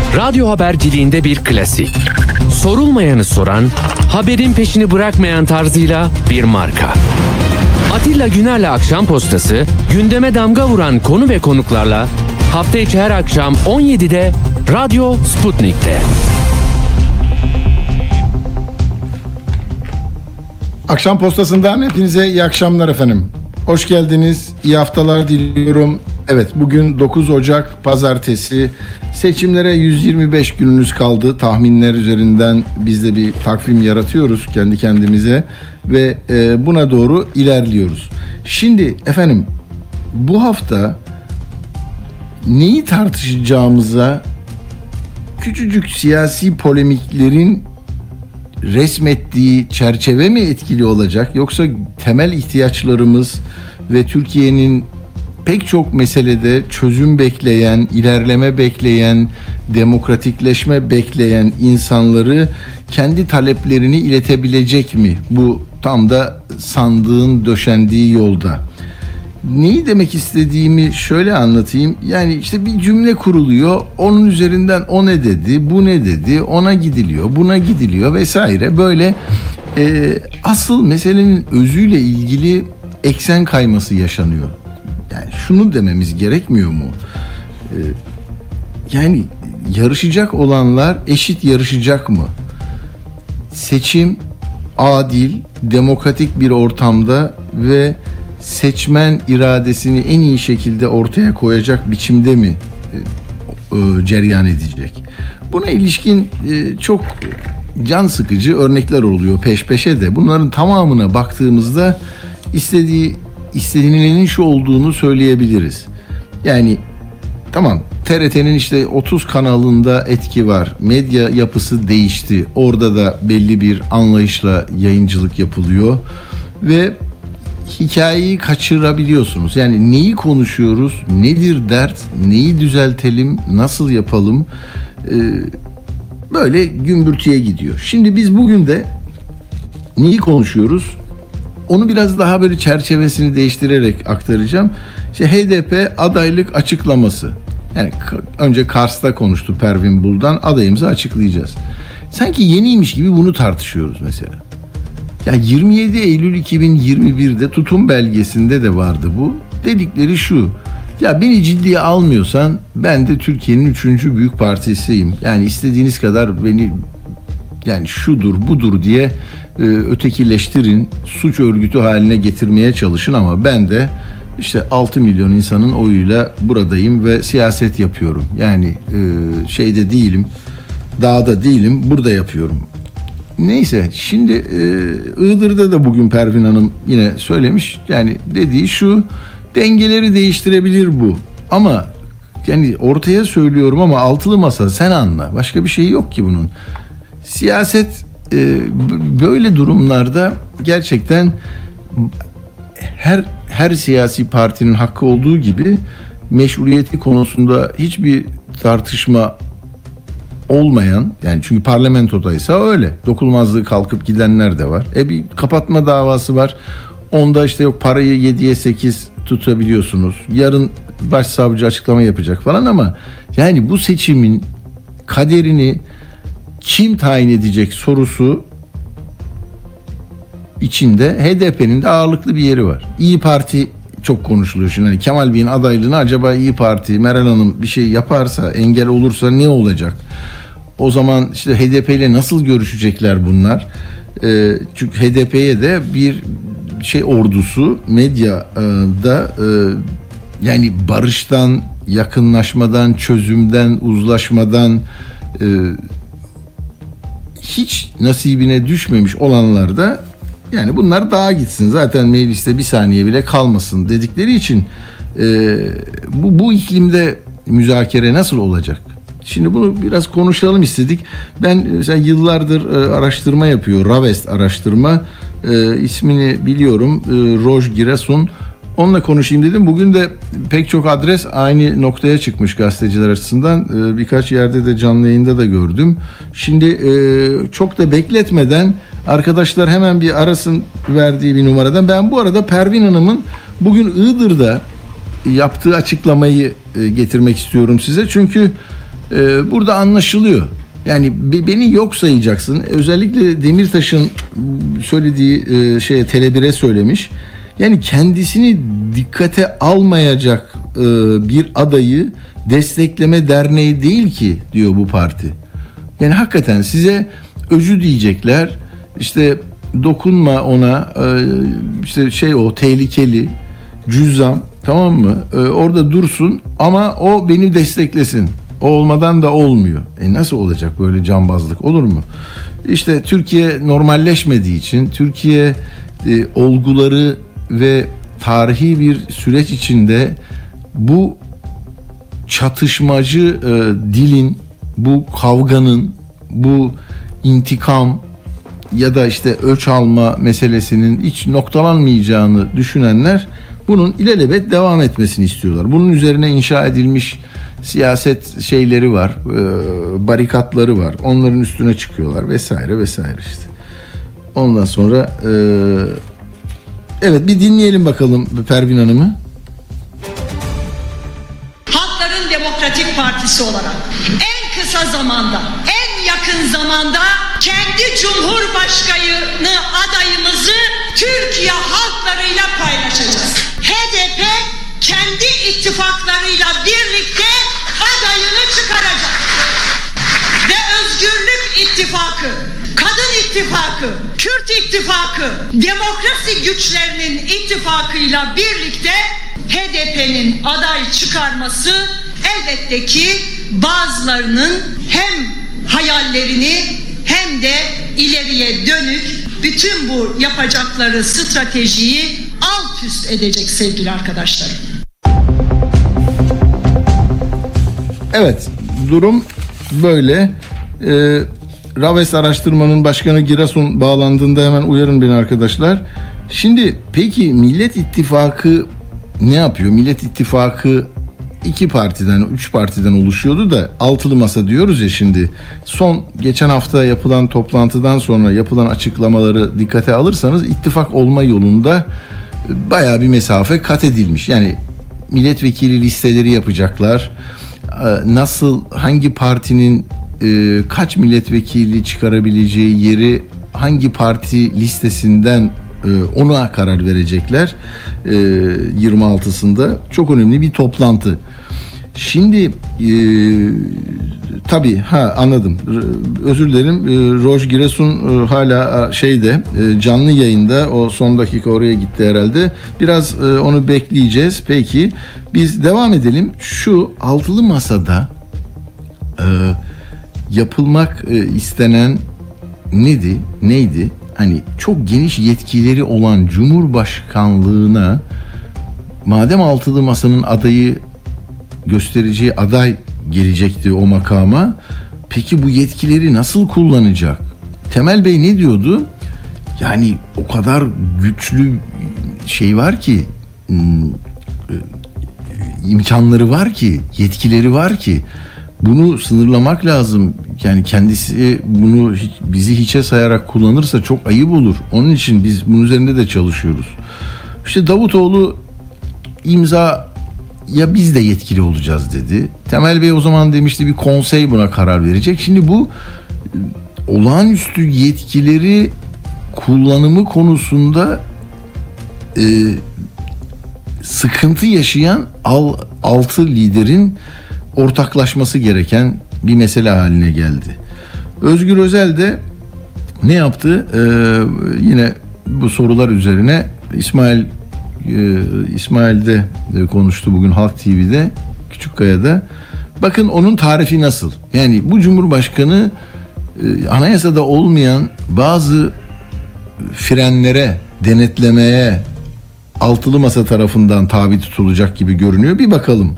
Radyo haberciliğinde bir klasik. Sorulmayanı soran, haberin peşini bırakmayan tarzıyla bir marka. Atilla Güner'le Akşam Postası, gündeme damga vuran konu ve konuklarla hafta içi her akşam 17'de Radyo Sputnik'te. Akşam Postası'ndan hepinize iyi akşamlar efendim. Hoş geldiniz, iyi haftalar diliyorum. Evet, bugün 9 Ocak Pazartesi. Seçimlere 125 gününüz kaldı. Tahminler üzerinden biz de bir takvim yaratıyoruz kendi kendimize ve buna doğru ilerliyoruz. Şimdi efendim, bu hafta neyi tartışacağımıza küçücük siyasi polemiklerin resmettiği çerçeve mi etkili olacak, yoksa temel ihtiyaçlarımız ve Türkiye'nin pek çok meselede çözüm bekleyen, ilerleme bekleyen, demokratikleşme bekleyen insanları kendi taleplerini iletebilecek mi? Bu tam da sandığın döşendiği yolda. Neyi demek istediğimi şöyle anlatayım. Yani işte bir cümle kuruluyor. Onun üzerinden o ne dedi, bu ne dedi, ona gidiliyor, buna gidiliyor vesaire. Böyle asıl meselenin özüyle ilgili eksen kayması yaşanıyor. Yani şunu dememiz gerekmiyor mu? Yani yarışacak olanlar eşit yarışacak mı? Seçim adil, demokratik bir ortamda ve seçmen iradesini en iyi şekilde ortaya koyacak biçimde mi cereyan edecek? Buna ilişkin çok can sıkıcı örnekler oluyor peş peşe de. Bunların tamamına baktığımızda istenilenin şu olduğunu söyleyebiliriz. Yani tamam, TRT'nin işte 30 kanalında etki var. Medya yapısı değişti. Orada da belli bir anlayışla yayıncılık yapılıyor ve hikayeyi kaçırabiliyorsunuz. Yani neyi konuşuyoruz, nedir dert, neyi düzeltelim, nasıl yapalım, böyle gümbürtüye gidiyor. Şimdi biz bugün de neyi konuşuyoruz? Onu biraz daha böyle çerçevesini değiştirerek aktaracağım. İşte HDP adaylık açıklaması. Yani önce Kars'ta konuştu Pervin Buldan, adayımızı açıklayacağız. Sanki yeniymiş gibi bunu tartışıyoruz mesela. Ya 27 Eylül 2021'de tutum belgesinde de vardı bu. Dedikleri şu: ya beni ciddiye almıyorsan ben de Türkiye'nin 3. büyük partisiyim. Yani istediğiniz kadar beni yani şudur budur diye ötekileştirin, suç örgütü haline getirmeye çalışın ama ben de işte 6 milyon insanın oyuyla buradayım ve siyaset yapıyorum. Yani şeyde değilim, dağda değilim, burada yapıyorum. Neyse, şimdi Iğdır'da da bugün Pervin Hanım yine söylemiş. Yani dediği şu: dengeleri değiştirebilir bu. Ama yani ortaya söylüyorum ama altılı masa sen anla. Başka bir şey yok ki bunun. Siyaset böyle durumlarda gerçekten her siyasi partinin hakkı olduğu gibi meşruiyeti konusunda hiçbir tartışma olmayan, yani çünkü parlamentodaysa öyle. Dokunulmazlığı kalkıp gidenler de var. Bir kapatma davası var. Onda işte yok parayı 7'ye 8 tutabiliyorsunuz. Yarın başsavcı açıklama yapacak falan ama yani bu seçimin kaderini kim tayin edecek sorusu içinde HDP'nin de ağırlıklı bir yeri var. İyi Parti çok konuşuluyor şimdi. Yani Kemal Bey'in adaylığını acaba İyi Parti, Meral Hanım bir şey yaparsa, engel olursa ne olacak? O zaman işte HDP ile nasıl görüşecekler bunlar? Çünkü HDP'ye de bir şey ordusu medyada yani barıştan, yakınlaşmadan, çözümden, uzlaşmadan hiç nasibine düşmemiş olanlar da yani bunlar dağa gitsin, zaten mecliste bir saniye bile kalmasın dedikleri için bu iklimde müzakere nasıl olacak? Şimdi bunu biraz konuşalım istedik. Ben mesela yıllardır araştırma yapıyor, Ravest araştırma, ismini biliyorum, Roj Giresun. Onunla konuşayım dedim. Bugün de pek çok adres aynı noktaya çıkmış gazeteciler açısından. Birkaç yerde de canlı yayında da gördüm. Şimdi çok da bekletmeden arkadaşlar hemen bir arasın verdiği bir numaradan. Ben bu arada Pervin Hanım'ın bugün Iğdır'da yaptığı açıklamayı getirmek istiyorum size. Çünkü burada anlaşılıyor. Yani beni yok sayacaksın. Özellikle Demirtaş'ın söylediği Tele1'e söylemiş. Yani kendisini dikkate almayacak bir adayı destekleme derneği değil ki diyor bu parti. Yani hakikaten size öcü diyecekler. İşte dokunma ona, işte o tehlikeli cüzzam, tamam mı? Orada dursun ama o beni desteklesin. O olmadan da olmuyor. Nasıl olacak böyle cambazlık, olur mu? İşte Türkiye normalleşmediği için, Türkiye olguları ve tarihi bir süreç içinde bu çatışmacı dilin, bu kavganın, bu intikam ya da işte öç alma meselesinin hiç noktalanmayacağını düşünenler bunun ilelebet devam etmesini istiyorlar. Bunun üzerine inşa edilmiş siyaset şeyleri var, barikatları var. Onların üstüne çıkıyorlar vesaire vesaire işte. Ondan sonra evet, bir dinleyelim bakalım Pervin Hanım'ı. Halkların Demokratik Partisi olarak en kısa zamanda, en yakın zamanda kendi Cumhurbaşkanı adayımızı Türkiye halklarıyla paylaşacağız. HDP kendi ittifaklarıyla birlikte adayını çıkaracak. Ve Özgürlük İttifakı, Kadın İttifakı, Kürt İttifakı, demokrasi güçlerinin ittifakıyla birlikte HDP'nin aday çıkarması elbette ki bazılarının hem hayallerini hem de ileriye dönük bütün bu yapacakları stratejiyi alt üst edecek sevgili arkadaşlarım. Evet, durum böyle. Raves Araştırma'nın başkanı Girasun bağlandığında hemen uyarın beni arkadaşlar. Şimdi peki Millet İttifakı ne yapıyor? Millet İttifakı 2 partiden, 3 partiden oluşuyordu da altılı masa diyoruz ya şimdi. Geçen hafta yapılan toplantıdan sonra yapılan açıklamaları dikkate alırsanız ittifak olma yolunda bayağı bir mesafe kat edilmiş. Yani milletvekili listeleri yapacaklar. Nasıl, hangi partinin kaç milletvekili çıkarabileceği yeri hangi parti listesinden ona karar verecekler 26'sında. Çok önemli bir toplantı. Şimdi tabii anladım. Özür dilerim. Roj Giresun hala canlı yayında. O son dakika oraya gitti herhalde. Biraz onu bekleyeceğiz. Peki biz devam edelim. Şu altılı masada yapılmak istenen neydi? Hani çok geniş yetkileri olan Cumhurbaşkanlığına madem altılı masanın adayı göstereceği aday gelecekti o makama, peki bu yetkileri nasıl kullanacak? Temel Bey ne diyordu? Yani o kadar güçlü var ki, imkanları var ki, yetkileri var ki bunu sınırlamak lazım. Yani kendisi bunu bizi hiçe sayarak kullanırsa çok ayıp olur. Onun için biz bunun üzerinde de çalışıyoruz. İşte Davutoğlu ya biz de yetkili olacağız dedi. Temel Bey o zaman demişti bir konsey buna karar verecek. Şimdi bu olağanüstü yetkileri kullanımı konusunda sıkıntı yaşayan 6 liderin ortaklaşması gereken bir mesele haline geldi. Özgür Özel de ne yaptı? Yine bu sorular üzerine İsmail'de konuştu bugün Halk TV'de, Küçükkaya'da. Bakın onun tarifi nasıl? Yani bu Cumhurbaşkanı anayasada olmayan bazı frenlere, denetlemeye altılı masa tarafından tabi tutulacak gibi görünüyor. Bir bakalım.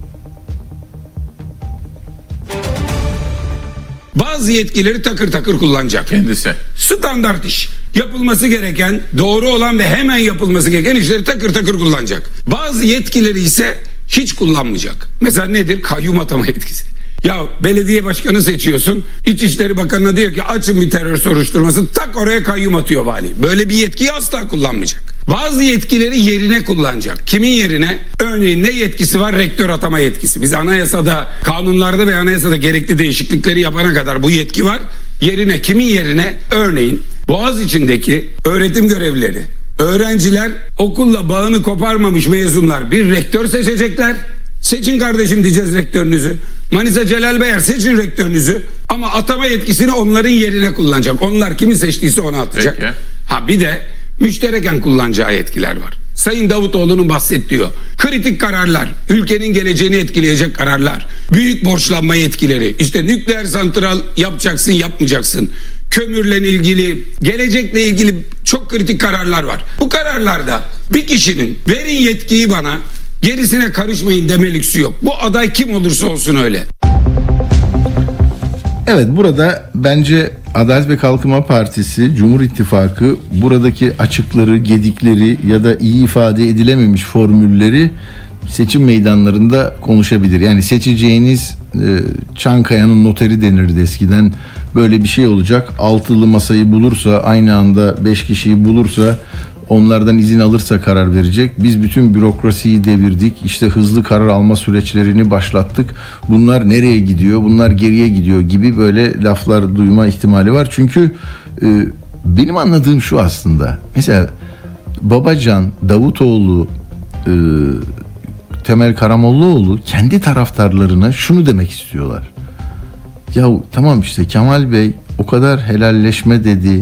Bazı yetkileri takır takır kullanacak kendisi. Standart iş. Yapılması gereken, doğru olan ve hemen yapılması gereken işleri takır takır kullanacak. Bazı yetkileri ise hiç kullanmayacak. Mesela nedir? Kayyum atama yetkisi. Ya belediye başkanı seçiyorsun. İçişleri Bakanı'na diyor ki açın bir terör soruşturması. Tak oraya kayyum atıyor vali. Böyle bir yetkiyi asla kullanmayacak. Bazı yetkileri yerine kullanacak. Kimin yerine? Örneğin ne yetkisi var? Rektör atama yetkisi. Biz anayasada, kanunlarda ve anayasada gerekli değişiklikleri yapana kadar bu yetki var. Yerine, kimin yerine? Örneğin Boğaziçi'ndeki öğretim görevlileri, öğrenciler, okulla bağını koparmamış mezunlar bir rektör seçecekler. Seçin kardeşim diyeceğiz rektörünüzü. Manisa Celal Bayar seçin rektörünüzü. Ama atama yetkisini onların yerine kullanacak. Onlar kimi seçtiyse ona atacak. Peki. Ha bir de müştereken kullanacağı yetkiler var. Sayın Davutoğlu'nun bahsettiği o. Kritik kararlar, ülkenin geleceğini etkileyecek kararlar, büyük borçlanma yetkileri, işte nükleer santral yapacaksın yapmayacaksın, kömürle ilgili, gelecekle ilgili çok kritik kararlar var. Bu kararlarda bir kişinin verin yetkiyi bana, gerisine karışmayın deme lüksü yok. Bu aday kim olursa olsun öyle. Evet, burada bence Adalet ve Kalkınma Partisi, Cumhur İttifakı buradaki açıkları, gedikleri ya da iyi ifade edilememiş formülleri seçim meydanlarında konuşabilir. Yani seçeceğiniz Çankaya'nın noteri denirdi eskiden, böyle bir şey olacak. Altılı masayı bulursa, aynı anda 5 kişiyi bulursa, onlardan izin alırsa karar verecek. Biz bütün bürokrasiyi devirdik. İşte hızlı karar alma süreçlerini başlattık. Bunlar nereye gidiyor? Bunlar geriye gidiyor gibi böyle laflar duyma ihtimali var. Çünkü benim anladığım şu aslında. Mesela Babacan, Davutoğlu, Temel Karamollaoğlu kendi taraftarlarına şunu demek istiyorlar. Ya tamam işte Kemal Bey o kadar helalleşme dedi.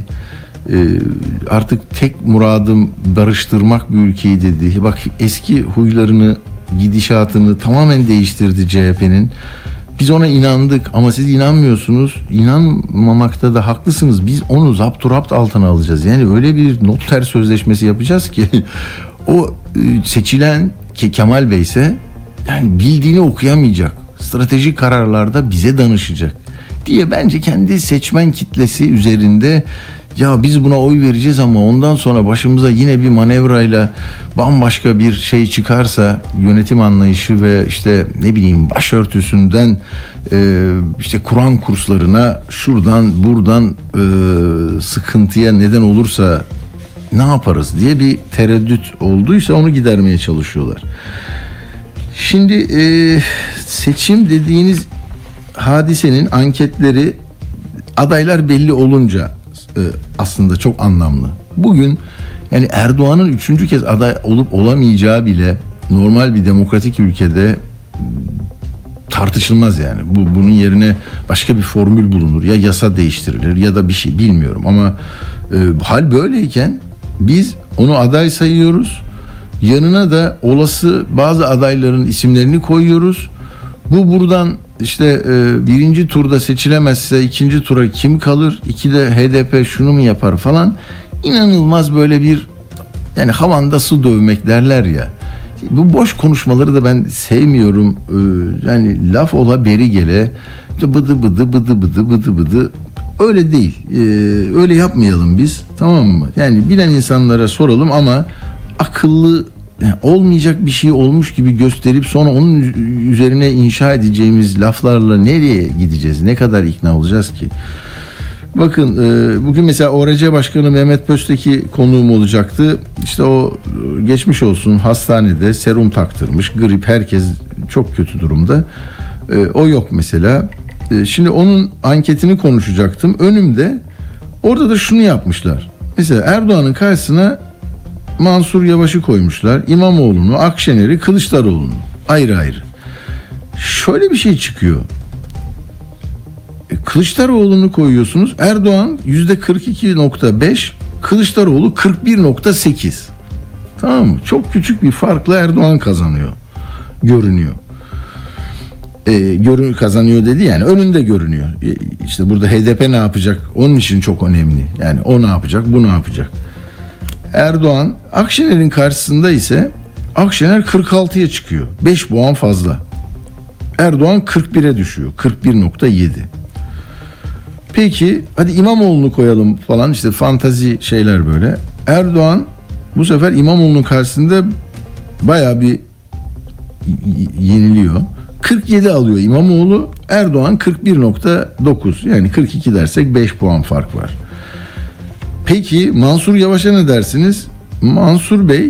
Artık tek muradım barıştırmak bir ülkeyi dedi. Bak eski huylarını, gidişatını tamamen değiştirdi CHP'nin. Biz ona inandık ama siz inanmıyorsunuz. İnanmamakta da haklısınız. Biz onu zapturapt altına alacağız. Yani öyle bir noter sözleşmesi yapacağız ki o seçilen ki Kemal Bey ise yani bildiğini okuyamayacak. Stratejik kararlarda bize danışacak diye bence kendi seçmen kitlesi üzerinde ya biz buna oy vereceğiz ama ondan sonra başımıza yine bir manevrayla bambaşka bir şey çıkarsa, yönetim anlayışı ve işte ne bileyim başörtüsünden işte Kur'an kurslarına şuradan buradan sıkıntıya neden olursa ne yaparız diye bir tereddüt olduysa onu gidermeye çalışıyorlar. Şimdi seçim dediğiniz hadisenin anketleri adaylar belli olunca aslında çok anlamlı. Bugün yani Erdoğan'ın 3. kez aday olup olamayacağı bile normal bir demokratik ülkede tartışılmaz yani. Bunun yerine başka bir formül bulunur. Ya yasa değiştirilir ya da bir şey bilmiyorum ama hal böyleyken biz onu aday sayıyoruz. Yanına da olası bazı adayların isimlerini koyuyoruz. Bu buradan işte birinci turda seçilemezse ikinci tura kim kalır? İkide HDP şunu mu yapar falan. İnanılmaz böyle bir yani havanda su dövmek derler ya. Bu boş konuşmaları da ben sevmiyorum. Yani laf ola beri gele bıdı bıdı bıdı bıdı bıdı bıdı. Öyle değil. Öyle yapmayalım biz. Tamam mı? Yani bilen insanlara soralım ama akıllı yani olmayacak bir şey olmuş gibi gösterip sonra onun üzerine inşa edeceğimiz laflarla nereye gideceğiz? Ne kadar ikna olacağız ki? Bakın bugün mesela ORC Başkanı Mehmet Pösteki konuğum olacaktı. İşte o geçmiş olsun hastanede serum taktırmış. Grip, herkes çok kötü durumda. O yok mesela. Şimdi onun anketini konuşacaktım. Önümde orada da şunu yapmışlar. Mesela Erdoğan'ın karşısına Mansur Yavaş'ı koymuşlar. İmamoğlu'nu, Akşener'i, Kılıçdaroğlu'nu ayrı ayrı. Şöyle bir şey çıkıyor. Kılıçdaroğlu'nu koyuyorsunuz. Erdoğan %42.5, Kılıçdaroğlu 41.8. Tamam mı? Çok küçük bir farkla Erdoğan kazanıyor. Görünüyor. Kazanıyor dedi yani önünde görünüyor. İşte burada HDP ne yapacak? Onun için çok önemli. Yani o ne yapacak? Bu ne yapacak? Erdoğan Akşener'in karşısında ise Akşener 46'ya çıkıyor. 5 puan fazla. Erdoğan 41'e düşüyor. 41.7. Peki hadi İmamoğlu'nu koyalım falan işte fantazi şeyler böyle. Erdoğan bu sefer İmamoğlu'nun karşısında bayağı bir yeniliyor. 47 alıyor İmamoğlu, Erdoğan 41.9 yani 42 dersek 5 puan fark var. Peki Mansur Yavaş'a ne dersiniz? Mansur Bey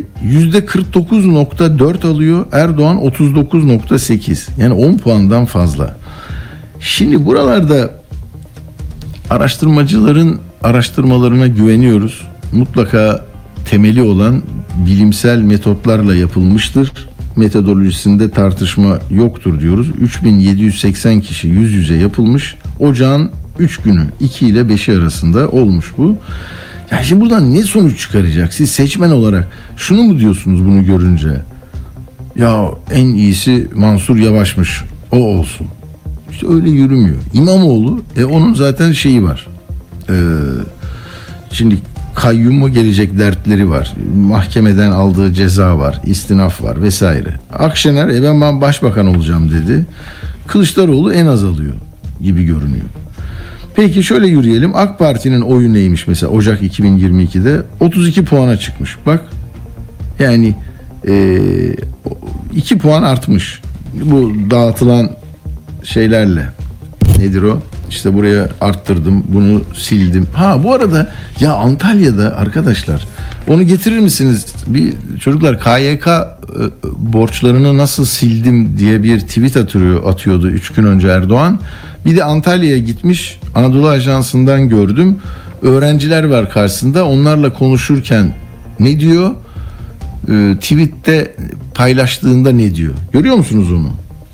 %49.4 alıyor, Erdoğan 39.8, yani 10 puandan fazla. Şimdi buralarda araştırmacıların araştırmalarına güveniyoruz. Mutlaka temeli olan bilimsel metotlarla yapılmıştır. Metodolojisinde tartışma yoktur diyoruz. 3780 kişi yüz yüze yapılmış. Ocağın 3 günü 2 ile 5'i arasında olmuş bu. Ya şimdi buradan ne sonuç çıkaracak? Siz seçmen olarak şunu mu diyorsunuz bunu görünce? Ya en iyisi Mansur Yavaş'mış, o olsun. İşte öyle yürümüyor. İmamoğlu onun zaten şeyi var. Şimdi kayyum mu gelecek dertleri var. Mahkemeden aldığı ceza var. İstinaf var vesaire. Akşener ben başbakan olacağım dedi. Kılıçdaroğlu en az alıyor gibi görünüyor. Peki şöyle yürüyelim. AK Parti'nin oyu neymiş mesela Ocak 2022'de? 32 puana çıkmış. Bak yani 2 puan artmış. Bu dağıtılan şeylerle. Nedir o? İşte buraya arttırdım, bunu sildim. Ha bu arada ya Antalya'da arkadaşlar onu getirir misiniz? Bir çocuklar KYK borçlarını nasıl sildim diye bir tweet atıyordu 3 gün önce Erdoğan. Bir de Antalya'ya gitmiş, Anadolu Ajansı'ndan gördüm. Öğrenciler var karşısında, onlarla konuşurken ne diyor? Tweette paylaştığında ne diyor? Görüyor musunuz onu?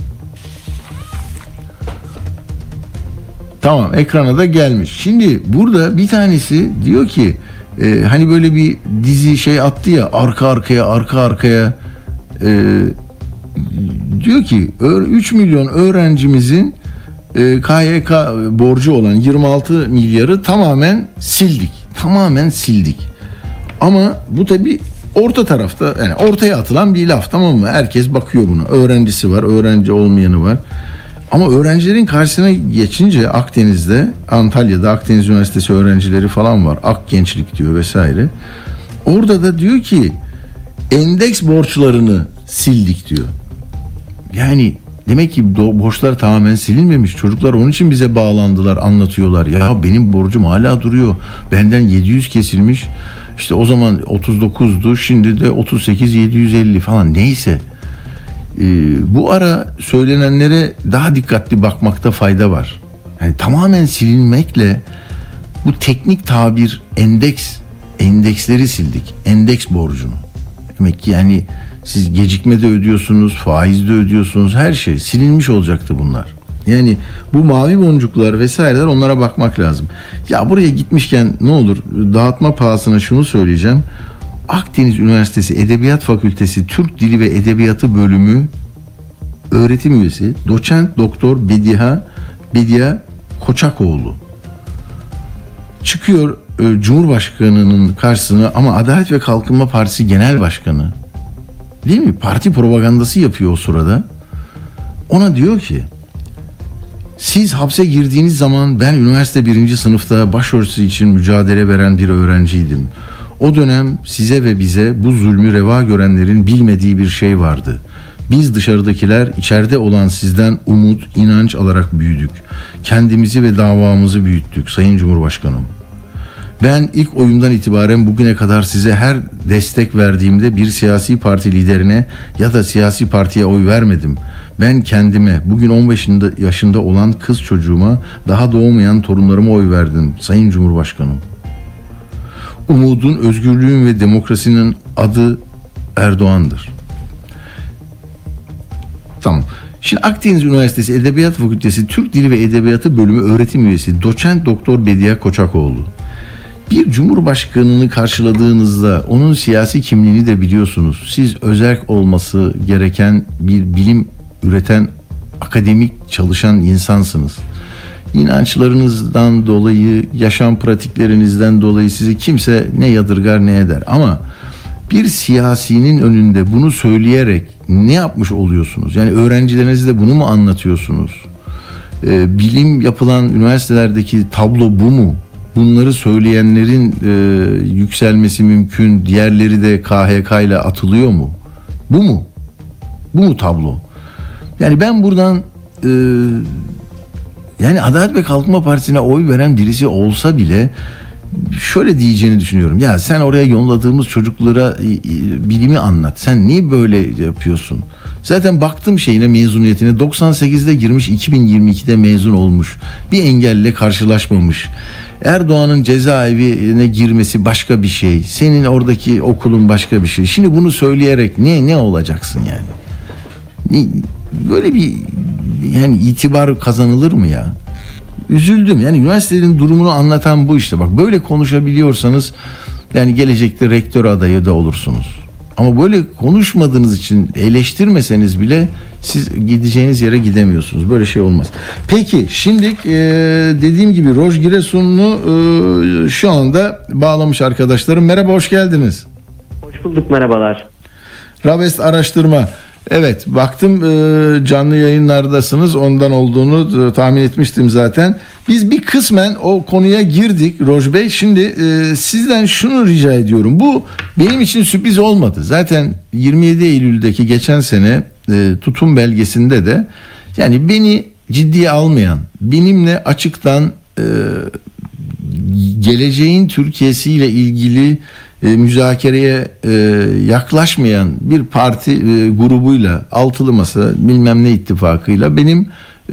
Tamam, ekrana da gelmiş. Şimdi burada bir tanesi diyor ki hani böyle bir dizi şey attı ya, arka arkaya diyor ki 3 milyon öğrencimizin KYK borcu olan 26 milyarı tamamen sildik. Ama bu tabii orta tarafta, yani ortaya atılan bir laf, tamam mı? Herkes bakıyor buna. Öğrencisi var, öğrenci olmayanı var. Ama öğrencilerin karşısına geçince Akdeniz'de, Antalya'da Akdeniz Üniversitesi öğrencileri falan var. Ak Gençlik diyor vesaire. Orada da diyor ki endeks borçlarını sildik diyor. Yani demek ki borçlar tamamen silinmemiş. Çocuklar onun için bize bağlandılar, anlatıyorlar. Ya benim borcum hala duruyor. Benden 700 kesilmiş. İşte o zaman 39'du, şimdi de 38 750 falan, neyse. Bu ara söylenenlere daha dikkatli bakmakta fayda var. Yani tamamen silinmekle bu teknik tabir endeksleri sildik. Endeks borcunu. Demek ki yani siz gecikme de ödüyorsunuz, faiz de ödüyorsunuz, her şey silinmiş olacaktı bunlar. Yani bu mavi boncuklar vesaireler, onlara bakmak lazım. Ya buraya gitmişken ne olur dağıtma pahasına şunu söyleyeceğim. Akdeniz Üniversitesi Edebiyat Fakültesi Türk Dili ve Edebiyatı Bölümü öğretim üyesi doçent doktor Bediye Koçakoğlu çıkıyor Cumhurbaşkanı'nın karşısına, ama Adalet ve Kalkınma Partisi Genel Başkanı, değil mi? Parti propagandası yapıyor o sırada. Ona diyor ki siz hapse girdiğiniz zaman ben üniversite 1. sınıfta başörtüsü için mücadele veren bir öğrenciydim. O dönem size ve bize bu zulmü reva görenlerin bilmediği bir şey vardı. Biz dışarıdakiler içeride olan sizden umut, inanç alarak büyüdük. Kendimizi ve davamızı büyüttük Sayın Cumhurbaşkanım. Ben ilk oyumdan itibaren bugüne kadar size her destek verdiğimde bir siyasi parti liderine ya da siyasi partiye oy vermedim. Ben kendime, bugün 15 yaşında olan kız çocuğuma, daha doğmayan torunlarıma oy verdim Sayın Cumhurbaşkanım. Umudun, özgürlüğün ve demokrasinin adı Erdoğan'dır. Tamam. Şimdi Akdeniz Üniversitesi Edebiyat Fakültesi Türk Dili ve Edebiyatı Bölümü öğretim üyesi doçent doktor Bediye Koçakoğlu. Bir cumhurbaşkanını karşıladığınızda onun siyasi kimliğini de biliyorsunuz. Siz özerk olması gereken bir bilim üreten, akademik çalışan insansınız. İnançlarınızdan dolayı, yaşam pratiklerinizden dolayı sizi kimse ne yadırgar ne eder. Ama bir siyasinin önünde bunu söyleyerek ne yapmış oluyorsunuz? Yani öğrencilerinize de bunu mu anlatıyorsunuz? Bilim yapılan üniversitelerdeki tablo bu mu? Bunları söyleyenlerin yükselmesi mümkün, diğerleri de KHK ile atılıyor mu? Bu mu? Bu mu tablo? Yani ben buradan yani Adalet ve Kalkınma Partisi'ne oy veren birisi olsa bile şöyle diyeceğini düşünüyorum. Ya sen oraya yolladığımız çocuklara bilimi anlat. Sen niye böyle yapıyorsun? Zaten baktım şeyine, mezuniyetine 98'de girmiş, 2022'de mezun olmuş. Bir engelle karşılaşmamış. Erdoğan'ın cezaevine girmesi başka bir şey. Senin oradaki okulun başka bir şey. Şimdi bunu söyleyerek ne olacaksın yani? Böyle bir yani itibar kazanılır mı ya? Üzüldüm. Yani üniversitelerin durumunu anlatan bu işte. Bak böyle konuşabiliyorsanız yani gelecekte rektör adayı da olursunuz. Ama böyle konuşmadığınız için eleştirmeseniz bile siz gideceğiniz yere gidemiyorsunuz. Böyle şey olmaz. Peki şimdi dediğim gibi Roj Giresunlu şu anda bağlamış arkadaşlarım. Merhaba, hoş geldiniz. Hoş bulduk, merhabalar. Rabest Araştırma. Evet, baktım canlı yayınlardasınız, ondan olduğunu tahmin etmiştim zaten. Biz bir kısmen o konuya girdik Roj Bey. Şimdi sizden şunu rica ediyorum. Bu benim için sürpriz olmadı. Zaten 27 Eylül'deki geçen sene tutum belgesinde de yani beni ciddiye almayan, benimle açıktan geleceğin Türkiye'siyle ilgili müzakereye yaklaşmayan bir parti grubuyla, altılı masa bilmem ne ittifakıyla benim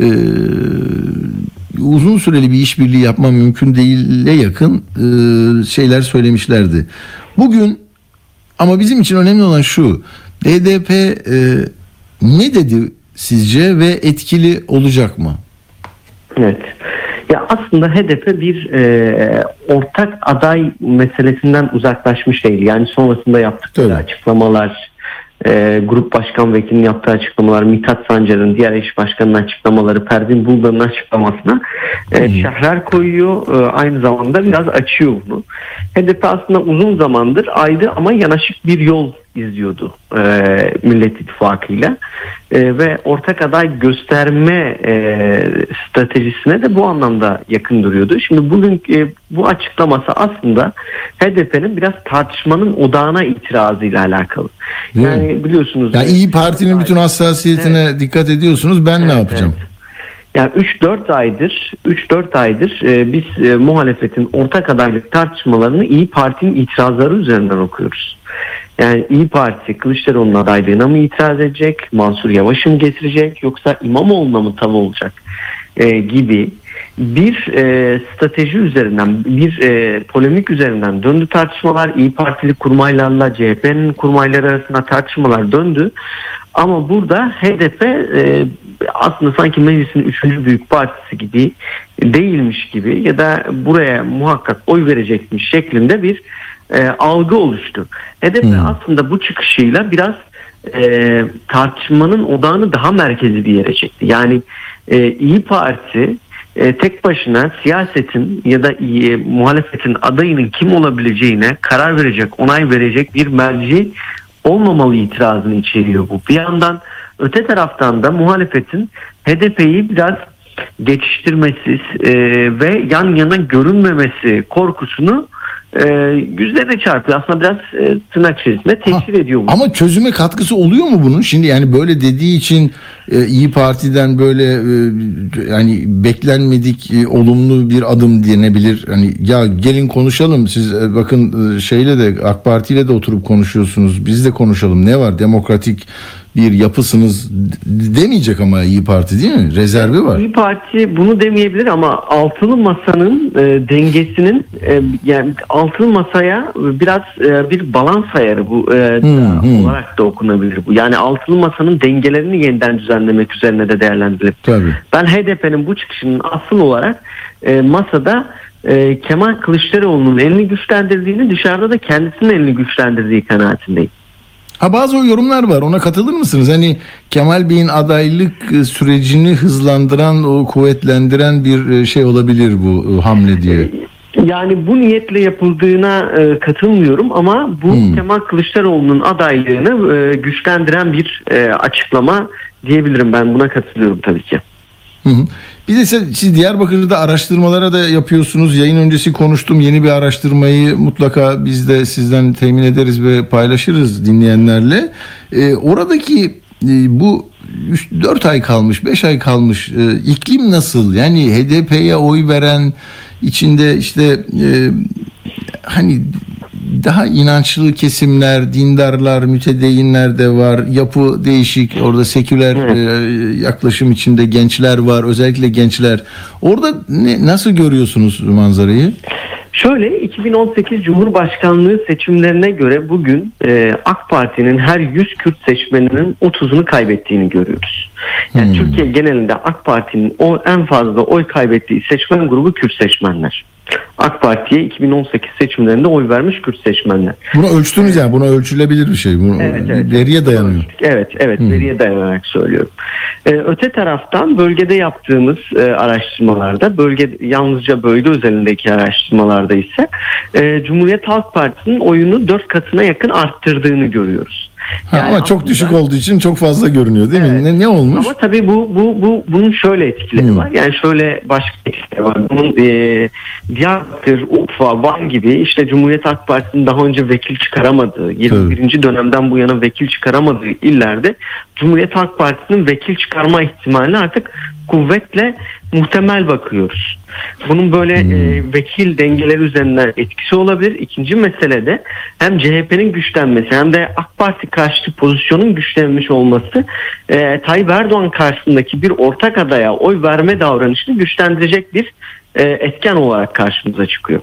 uzun süreli bir işbirliği yapmam mümkün değile yakın şeyler söylemişlerdi. Bugün ama bizim için önemli olan şu: HDP ne dedi sizce ve etkili olacak mı? Evet. Ya aslında HDP bir ortak aday meselesinden uzaklaşmış değil. Yani sonrasında yaptıkları açıklamalar, Grup Başkan Vekilinin yaptığı açıklamalar, Mithat Sancar'ın, diğer eş başkanının açıklamaları, Pervin Buldan'ın açıklamasına şerhler koyuyor. Aynı zamanda biraz açıyor bunu. HDP aslında uzun zamandır ayrı ama yanaşık bir yol izliyordu Millet İttifakı'yla. Ve ortak aday gösterme stratejisine de bu anlamda yakın duruyordu. Şimdi bugün bu açıklaması aslında HDP'nin biraz tartışmanın odağına itirazıyla alakalı. Yani biliyorsunuz. Yani İYİ Parti'nin bütün hassasiyetine dikkat ediyorsunuz. Ben ne yapacağım? Evet. Yani 3-4 aydır biz muhalefetin ortak adaylık tartışmalarını İYİ Parti'nin itirazları üzerinden okuyoruz. Yani İYİ Parti Kılıçdaroğlu'nun adaylığına mı itiraz edecek, Mansur Yavaş'ı mı getirecek, yoksa İmamoğlu'na mı tav olacak gibi bir strateji üzerinden, bir polemik üzerinden döndü tartışmalar. İYİ Partili kurmaylarla CHP'nin kurmayları arasında tartışmalar döndü. Ama burada HDP aslında sanki meclisin 3. büyük partisi gibi değilmiş gibi ya da buraya muhakkak oy verecekmiş şeklinde bir algı oluştu. HDP aslında bu çıkışıyla biraz tartışmanın odağını daha merkezi bir yere çekti. Yani İYİ Parti tek başına siyasetin ya da muhalefetin adayının kim olabileceğine karar verecek, onay verecek bir merci olmamalı itirazını içeriyor bu. Bir yandan öte taraftan da muhalefetin HDP'yi biraz geçiştirmesi ve yan yana görünmemesi korkusunu yüzlerine çarpıyor. Aslında biraz tırnak içerisinde teşhir ediyor bu. Ama çözüme katkısı oluyor mu bunun? Şimdi yani böyle dediği için İYİ Parti'den böyle yani beklenmedik olumlu bir adım denebilir. Hani ya gelin konuşalım, siz bakın şeyle de AK Parti ile de oturup konuşuyorsunuz. Biz de konuşalım. Ne var? Demokratik bir yapısınız demeyecek ama İYİ Parti, değil mi? Rezervi var. İYİ Parti bunu demeyebilir ama altılı masanın dengesinin yani altılı masaya biraz bir balans ayarı bu olarak da okunabilir bu. Yani altılı masanın dengelerini yeniden düzenlemek üzerine de değerlendirilebilir. Tabii. Ben HDP'nin bu çıkışının asıl olarak masada Kemal Kılıçdaroğlu'nun elini güçlendirdiğini, dışarıda da kendisinin elini güçlendirdiği kanaatindeyim. Bazı yorumlar var. Ona katılır mısınız? Hani Kemal Bey'in adaylık sürecini hızlandıran, o kuvvetlendiren bir şey olabilir bu hamle diye. Yani bu niyetle yapıldığına katılmıyorum ama bu Kemal Kılıçdaroğlu'nun adaylığını güçlendiren bir açıklama diyebilirim. Ben buna katılıyorum tabii ki. Bir de siz Diyarbakır'da araştırmalara da yapıyorsunuz. Yayın öncesi konuştum. Yeni bir araştırmayı mutlaka biz de sizden temin ederiz ve paylaşırız dinleyenlerle. Oradaki bu 4 ay kalmış, 5 ay kalmış iklim nasıl? Yani HDP'ye oy veren, içinde işte hani daha inançlı kesimler, dindarlar, mütedeyinler de var. Yapı değişik. Orada seküler yaklaşım içinde gençler var. Özellikle gençler. Orada nasıl görüyorsunuz manzarayı? Şöyle, 2018 Cumhurbaşkanlığı seçimlerine göre bugün AK Parti'nin her 100 Kürt seçmeninin 30'unu kaybettiğini görüyoruz. Yani Türkiye genelinde AK Parti'nin en fazla oy kaybettiği seçmen grubu Kürt seçmenler. AK Parti'ye 2018 seçimlerinde oy vermiş Kürt seçmenler. Bunu ölçtünüz yani. Buna ölçülebilir bir şey. Bu veriye dayanıyor. Evet, veriye dayanarak söylüyorum. Öte taraftan bölgede yaptığımız araştırmalarda, yalnızca bölge özelindeki araştırmalarda ise Cumhuriyet Halk Partisi'nin oyunu 4 katına yakın arttırdığını görüyoruz. Yani ama çok düşük olduğu için çok fazla görünüyor değil mi? Ne olmuş? Ama tabii bunun şöyle etkileri var. Yani şöyle başka etkileri var. Bunun Diyarbakır, Urfa, Van gibi işte Cumhuriyet Halk Partisi'nin daha önce vekil çıkaramadığı, 21. dönemden bu yana vekil çıkaramadığı illerde Cumhuriyet Halk Partisi'nin vekil çıkarma ihtimaline artık kuvvetle muhtemel bakıyoruz. Bunun böyle vekil dengeleri üzerinden etkisi olabilir. İkinci mesele de hem CHP'nin güçlenmesi hem de AK Parti karşıtı pozisyonun güçlenmiş olması Tayyip Erdoğan karşısındaki bir ortak adaya oy verme davranışını güçlendirecek bir etken olarak karşımıza çıkıyor.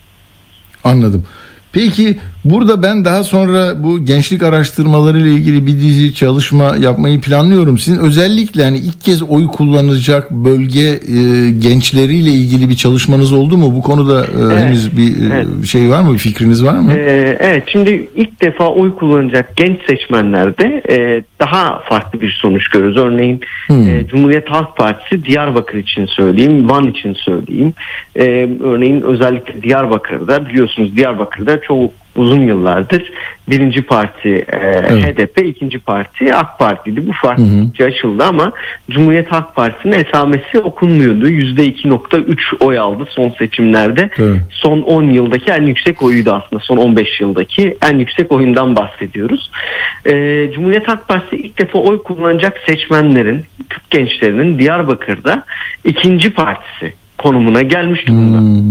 Anladım. Peki burada ben daha sonra bu gençlik araştırmaları ile ilgili bir dizi çalışma yapmayı planlıyorum. Sizin özellikle hani ilk kez oy kullanacak bölge gençleriyle ilgili bir çalışmanız oldu mu? Bu konuda henüz bir şey var mı? Bir fikriniz var mı? Evet. Şimdi ilk defa oy kullanacak genç seçmenlerde daha farklı bir sonuç görüyoruz. Örneğin Cumhuriyet Halk Partisi Diyarbakır için söyleyeyim, Van için söyleyeyim. Örneğin özellikle Diyarbakır'da, biliyorsunuz Diyarbakır'da çok uzun yıllardır birinci parti HDP, ikinci parti AK Parti'ydi. Bu fark açıldı ama Cumhuriyet Halk Partisi'nin esamesi okunmuyordu. %2.3 oy aldı son seçimlerde. Son 10 yıldaki en yüksek oyuydu aslında. Son 15 yıldaki en yüksek oyundan bahsediyoruz. Cumhuriyet Halk Partisi ilk defa oy kullanacak seçmenlerin, Kürt gençlerinin Diyarbakır'da ikinci partisi konumuna gelmiş durumda.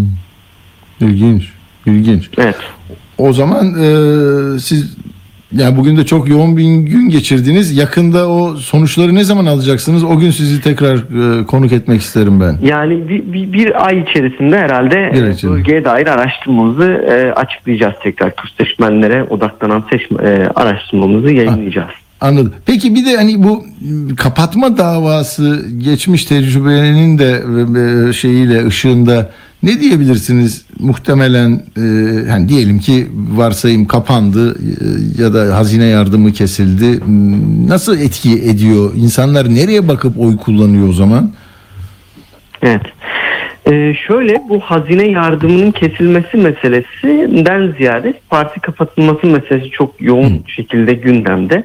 İlginç. Evet. O zaman siz yani bugün de çok yoğun bir gün geçirdiniz. Yakında o sonuçları ne zaman alacaksınız? O gün sizi tekrar konuk etmek isterim ben. Yani bir ay içerisinde herhalde bölgeye dair araştırmamızı açıklayacağız tekrar. Kürt seçmenlere odaklanan araştırmamızı yayınlayacağız. Anladım. Peki bir de hani bu kapatma davası geçmiş tecrübenin de şeyiyle ışığında ne diyebilirsiniz? Muhtemelen hani diyelim ki varsayım kapandı ya da hazine yardımı kesildi. Nasıl etki ediyor? İnsanlar nereye bakıp oy kullanıyor o zaman? Evet. Şöyle, bu hazine yardımının kesilmesi meselesinden ziyade parti kapatılması meselesi çok yoğun şekilde gündemde.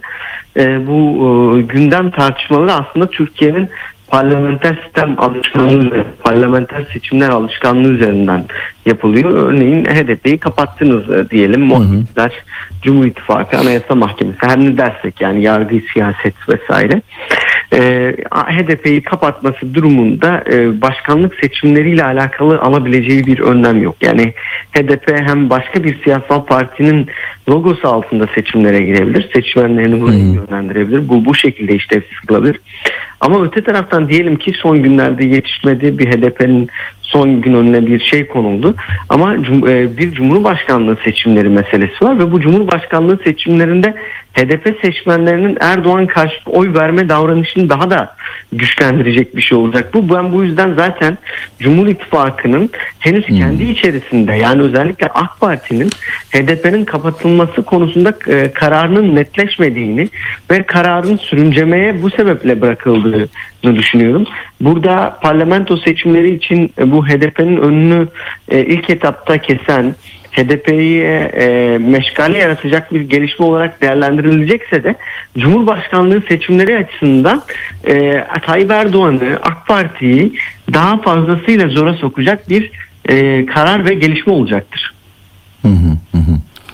Bu gündem tartışmaları aslında Türkiye'nin parlamenter sistem alışkanlığı, parlamenter seçimler alışkanlığı üzerinden yapılıyor. Örneğin HDP'yi kapattınız diyelim. Muhalifler, Cumhur İttifakı, Anayasa Mahkemesi, her ne dersek yani yargı, siyaset vesaire. HDP'yi kapatması durumunda başkanlık seçimleriyle alakalı alabileceği bir önlem yok. Yani HDP hem başka bir siyasal partinin logosu altında seçimlere girebilir. Seçmenlerini buraya yönlendirebilir. Bu şekilde işlevsiz kılabilir. Ama öte taraftan diyelim ki son günlerde yetişmedi, bir HDP'nin son gün önüne bir şey konuldu. Ama bir Cumhurbaşkanlığı seçimleri meselesi var ve bu Cumhurbaşkanlığı seçimlerinde HDP seçmenlerinin Erdoğan karşı oy verme davranışını daha da güçlendirecek bir şey olacak. Ben bu yüzden zaten Cumhur İttifakı'nın henüz kendi içerisinde, yani özellikle AK Parti'nin HDP'nin kapatılması konusunda kararının netleşmediğini ve kararın sürüncemeye bu sebeple bırakıldığını düşünüyorum. Burada parlamento seçimleri için bu HDP'nin önünü ilk etapta kesen, HDP'ye meşgale yaratacak bir gelişme olarak değerlendirilecekse de Cumhurbaşkanlığı seçimleri açısından Tayyip Erdoğan'ı, AK Parti'yi daha fazlasıyla zora sokacak bir karar ve gelişme olacaktır.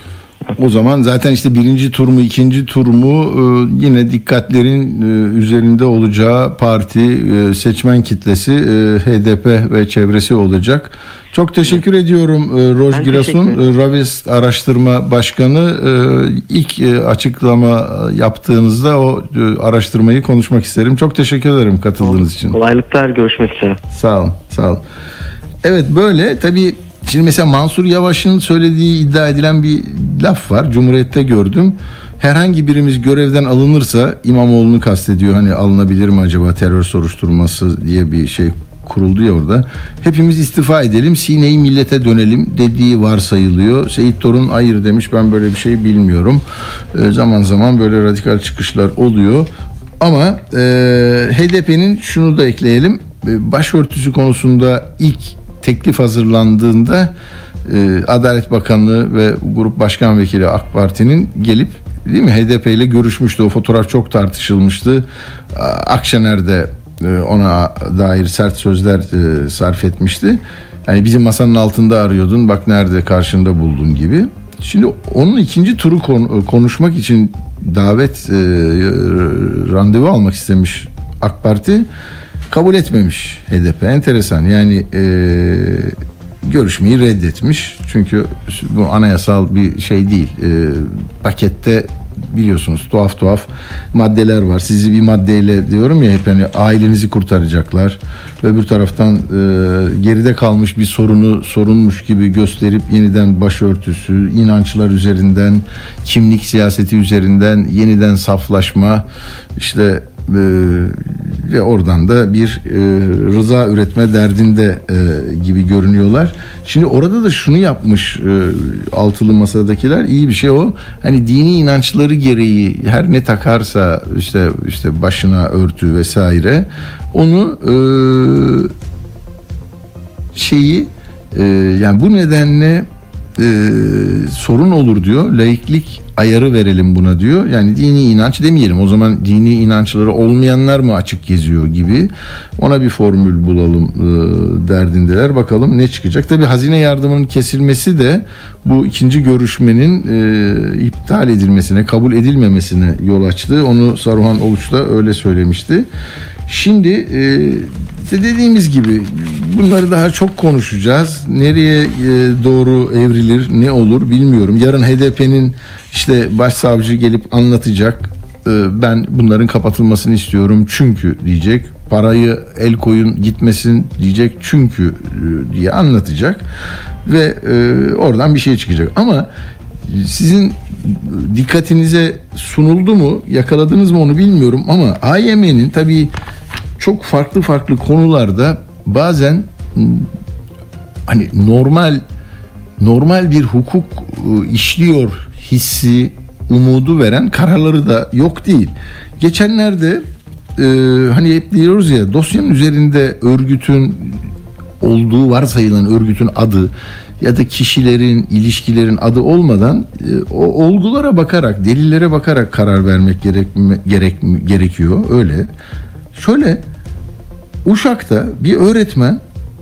O zaman zaten işte birinci tur mu ikinci tur mu yine dikkatlerin üzerinde olacağı parti, seçmen kitlesi HDP ve çevresi olacak. Çok teşekkür ediyorum Roj Ben Girasun, teşekkür ederim. Ravest Araştırma Başkanı. İlk açıklama yaptığınızda o araştırmayı konuşmak isterim. Çok teşekkür ederim katıldığınız için. Kolaylıklar, görüşmek üzere. Sağ olun, sağ olun. Evet, böyle tabii. Şimdi mesela Mansur Yavaş'ın söylediği iddia edilen bir laf var. Cumhuriyet'te gördüm. Herhangi birimiz görevden alınırsa, İmamoğlu'nu kastediyor. Hani alınabilir mi acaba terör soruşturması diye bir şey kuruldu ya orada. Hepimiz istifa edelim, sineyi millete dönelim dediği varsayılıyor. Seyit Torun hayır demiş, ben böyle bir şey bilmiyorum. Zaman zaman böyle radikal çıkışlar oluyor. Ama HDP'nin şunu da ekleyelim. Başörtüsü konusunda ilk teklif hazırlandığında Adalet Bakanlığı ve Grup Başkan Vekili AK Parti'nin gelip, değil mi, HDP ile görüşmüştü. O fotoğraf çok tartışılmıştı. Akşener de ona dair sert sözler sarf etmişti. Yani bizim masanın altında arıyordun, bak nerede karşında buldun gibi. Şimdi onun ikinci turu konuşmak için davet randevu almak istemiş AK Parti. Kabul etmemiş HDP. Enteresan. Yani görüşmeyi reddetmiş. Çünkü bu anayasal bir şey değil. Pakette biliyorsunuz tuhaf maddeler var. Sizi bir maddeyle diyorum ya hep, hani ailenizi kurtaracaklar. Öbür taraftan geride kalmış bir sorunmuş gibi gösterip yeniden başörtüsü, inançlar üzerinden, kimlik siyaseti üzerinden yeniden saflaşma, işte ve oradan da bir rıza üretme derdinde gibi görünüyorlar. Şimdi orada da şunu yapmış altılı masadakiler, iyi bir şey o. Hani dini inançları gereği her ne takarsa işte başına örtü vesaire, onu yani bu nedenle sorun olur diyor. Laiklik ayarı verelim buna diyor. Yani dini inanç demeyelim. O zaman dini inançları olmayanlar mı açık geziyor gibi. Ona bir formül bulalım derdindeler. Bakalım ne çıkacak. Tabii hazine yardımının kesilmesi de bu ikinci görüşmenin iptal edilmesine, kabul edilmemesine yol açtı. Onu Saruhan Oluç da öyle söylemişti. Şimdi dediğimiz gibi bunları daha çok konuşacağız. Nereye doğru evrilir, ne olur bilmiyorum. Yarın HDP'nin işte başsavcı gelip anlatacak. Ben bunların kapatılmasını istiyorum çünkü diyecek. Parayı el koyun gitmesin diyecek çünkü diye anlatacak. Ve oradan bir şey çıkacak. Ama sizin dikkatinize sunuldu mu, yakaladınız mı onu bilmiyorum. Ama AYM'nin tabii çok farklı konularda bazen hani normal bir hukuk işliyor hissi, umudu veren kararları da yok değil. Geçenlerde hani hep diyoruz ya, dosyanın üzerinde örgütün olduğu varsayılan örgütün adı ya da kişilerin, ilişkilerin adı olmadan o olgulara bakarak, delillere bakarak karar vermek gerekiyor. Öyle. Şöyle, Uşak'ta bir öğretmen,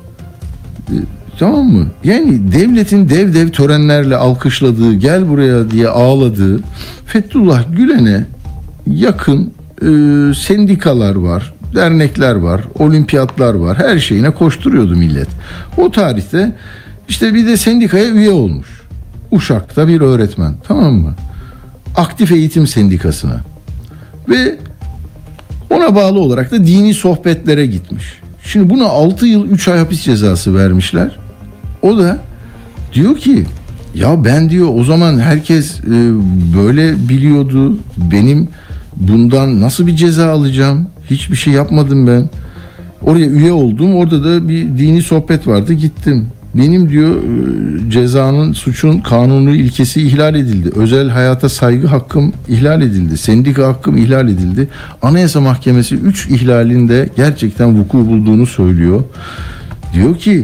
tamam mı? Yani devletin dev törenlerle alkışladığı, gel buraya diye ağladığı Fethullah Gülen'e yakın sendikalar var, dernekler var, olimpiyatlar var. Her şeyine koşturuyordu millet. O tarihte işte bir de sendikaya üye olmuş. Uşak'ta bir öğretmen, tamam mı? Aktif Eğitim Sendikası'na. Ve ona bağlı olarak da dini sohbetlere gitmiş. Şimdi buna 6 yıl 3 ay hapis cezası vermişler. O da diyor ki, ya ben diyor o zaman herkes böyle biliyordu. Benim bundan nasıl bir ceza alacağım? Hiçbir şey yapmadım ben. Oraya üye oldum. Orada da bir dini sohbet vardı. Gittim. Benim diyor cezanın, suçun kanuni ilkesi ihlal edildi. Özel hayata saygı hakkım ihlal edildi. Sendika hakkım ihlal edildi. Anayasa Mahkemesi 3 ihlalinde gerçekten vuku bulduğunu söylüyor. Diyor ki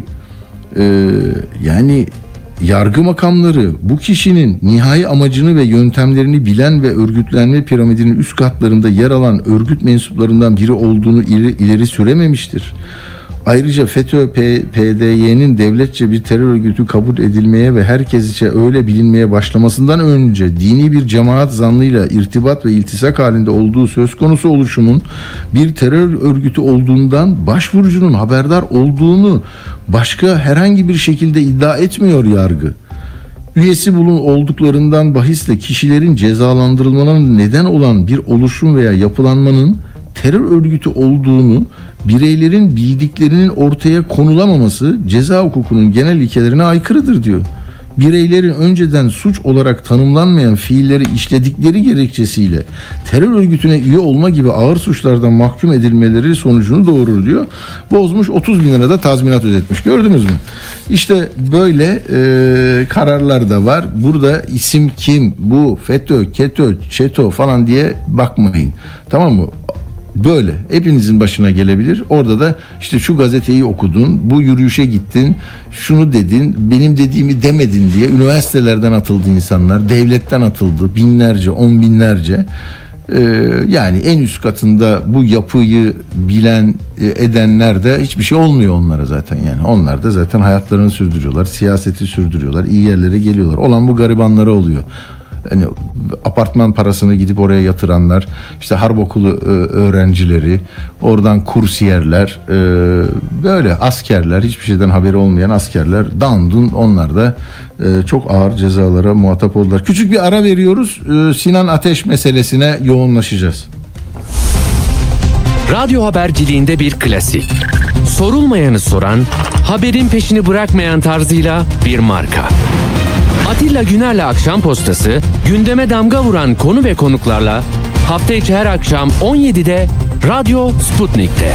yani yargı makamları bu kişinin nihai amacını ve yöntemlerini bilen ve örgütlenme piramidinin üst katlarında yer alan örgüt mensuplarından biri olduğunu ileri sürememiştir. Ayrıca FETÖ PDY'nin devletçe bir terör örgütü kabul edilmeye ve herkesçe öyle bilinmeye başlamasından önce dini bir cemaat zannıyla irtibat ve iltisak halinde olduğu söz konusu oluşumun bir terör örgütü olduğundan başvurucunun haberdar olduğunu başka herhangi bir şekilde iddia etmiyor yargı. Üyesi olduklarından bahisle kişilerin cezalandırılmalarına neden olan bir oluşum veya yapılanmanın terör örgütü olduğunu bireylerin bildiklerinin ortaya konulamaması ceza hukukunun genel ilkelerine aykırıdır diyor. Bireylerin önceden suç olarak tanımlanmayan fiilleri işledikleri gerekçesiyle terör örgütüne üye olma gibi ağır suçlardan mahkum edilmeleri sonucunu doğurur diyor. Bozmuş, 30 bin lira da tazminat ödetmiş. Gördünüz mü? İşte böyle kararlar da var. Burada isim kim, bu FETÖ, KETÖ, ÇETÖ falan diye bakmayın. Tamam mı? Böyle hepinizin başına gelebilir. Orada da işte şu gazeteyi okudun, bu yürüyüşe gittin, şunu dedin, benim dediğimi demedin diye üniversitelerden atıldı insanlar, devletten atıldı binlerce, on binlerce. Yani en üst katında bu yapıyı bilen edenler de hiçbir şey olmuyor onlara zaten yani. Onlar da zaten hayatlarını sürdürüyorlar, siyaseti sürdürüyorlar, iyi yerlere geliyorlar. Olan bu garibanlara oluyor. Yani apartman parasını gidip oraya yatıranlar, işte harp okulu öğrencileri, oradan kursiyerler, böyle askerler, hiçbir şeyden haberi olmayan askerler, dandun, onlar da çok ağır cezalara muhatap oldular. Küçük bir ara veriyoruz. Sinan Ateş meselesine yoğunlaşacağız. Radyo haberciliğinde bir klasik. Sorulmayanı soran, haberin peşini bırakmayan tarzıyla bir marka. Atilla Güner'le Akşam Postası, gündeme damga vuran konu ve konuklarla hafta içi her akşam 17'de Radyo Sputnik'te.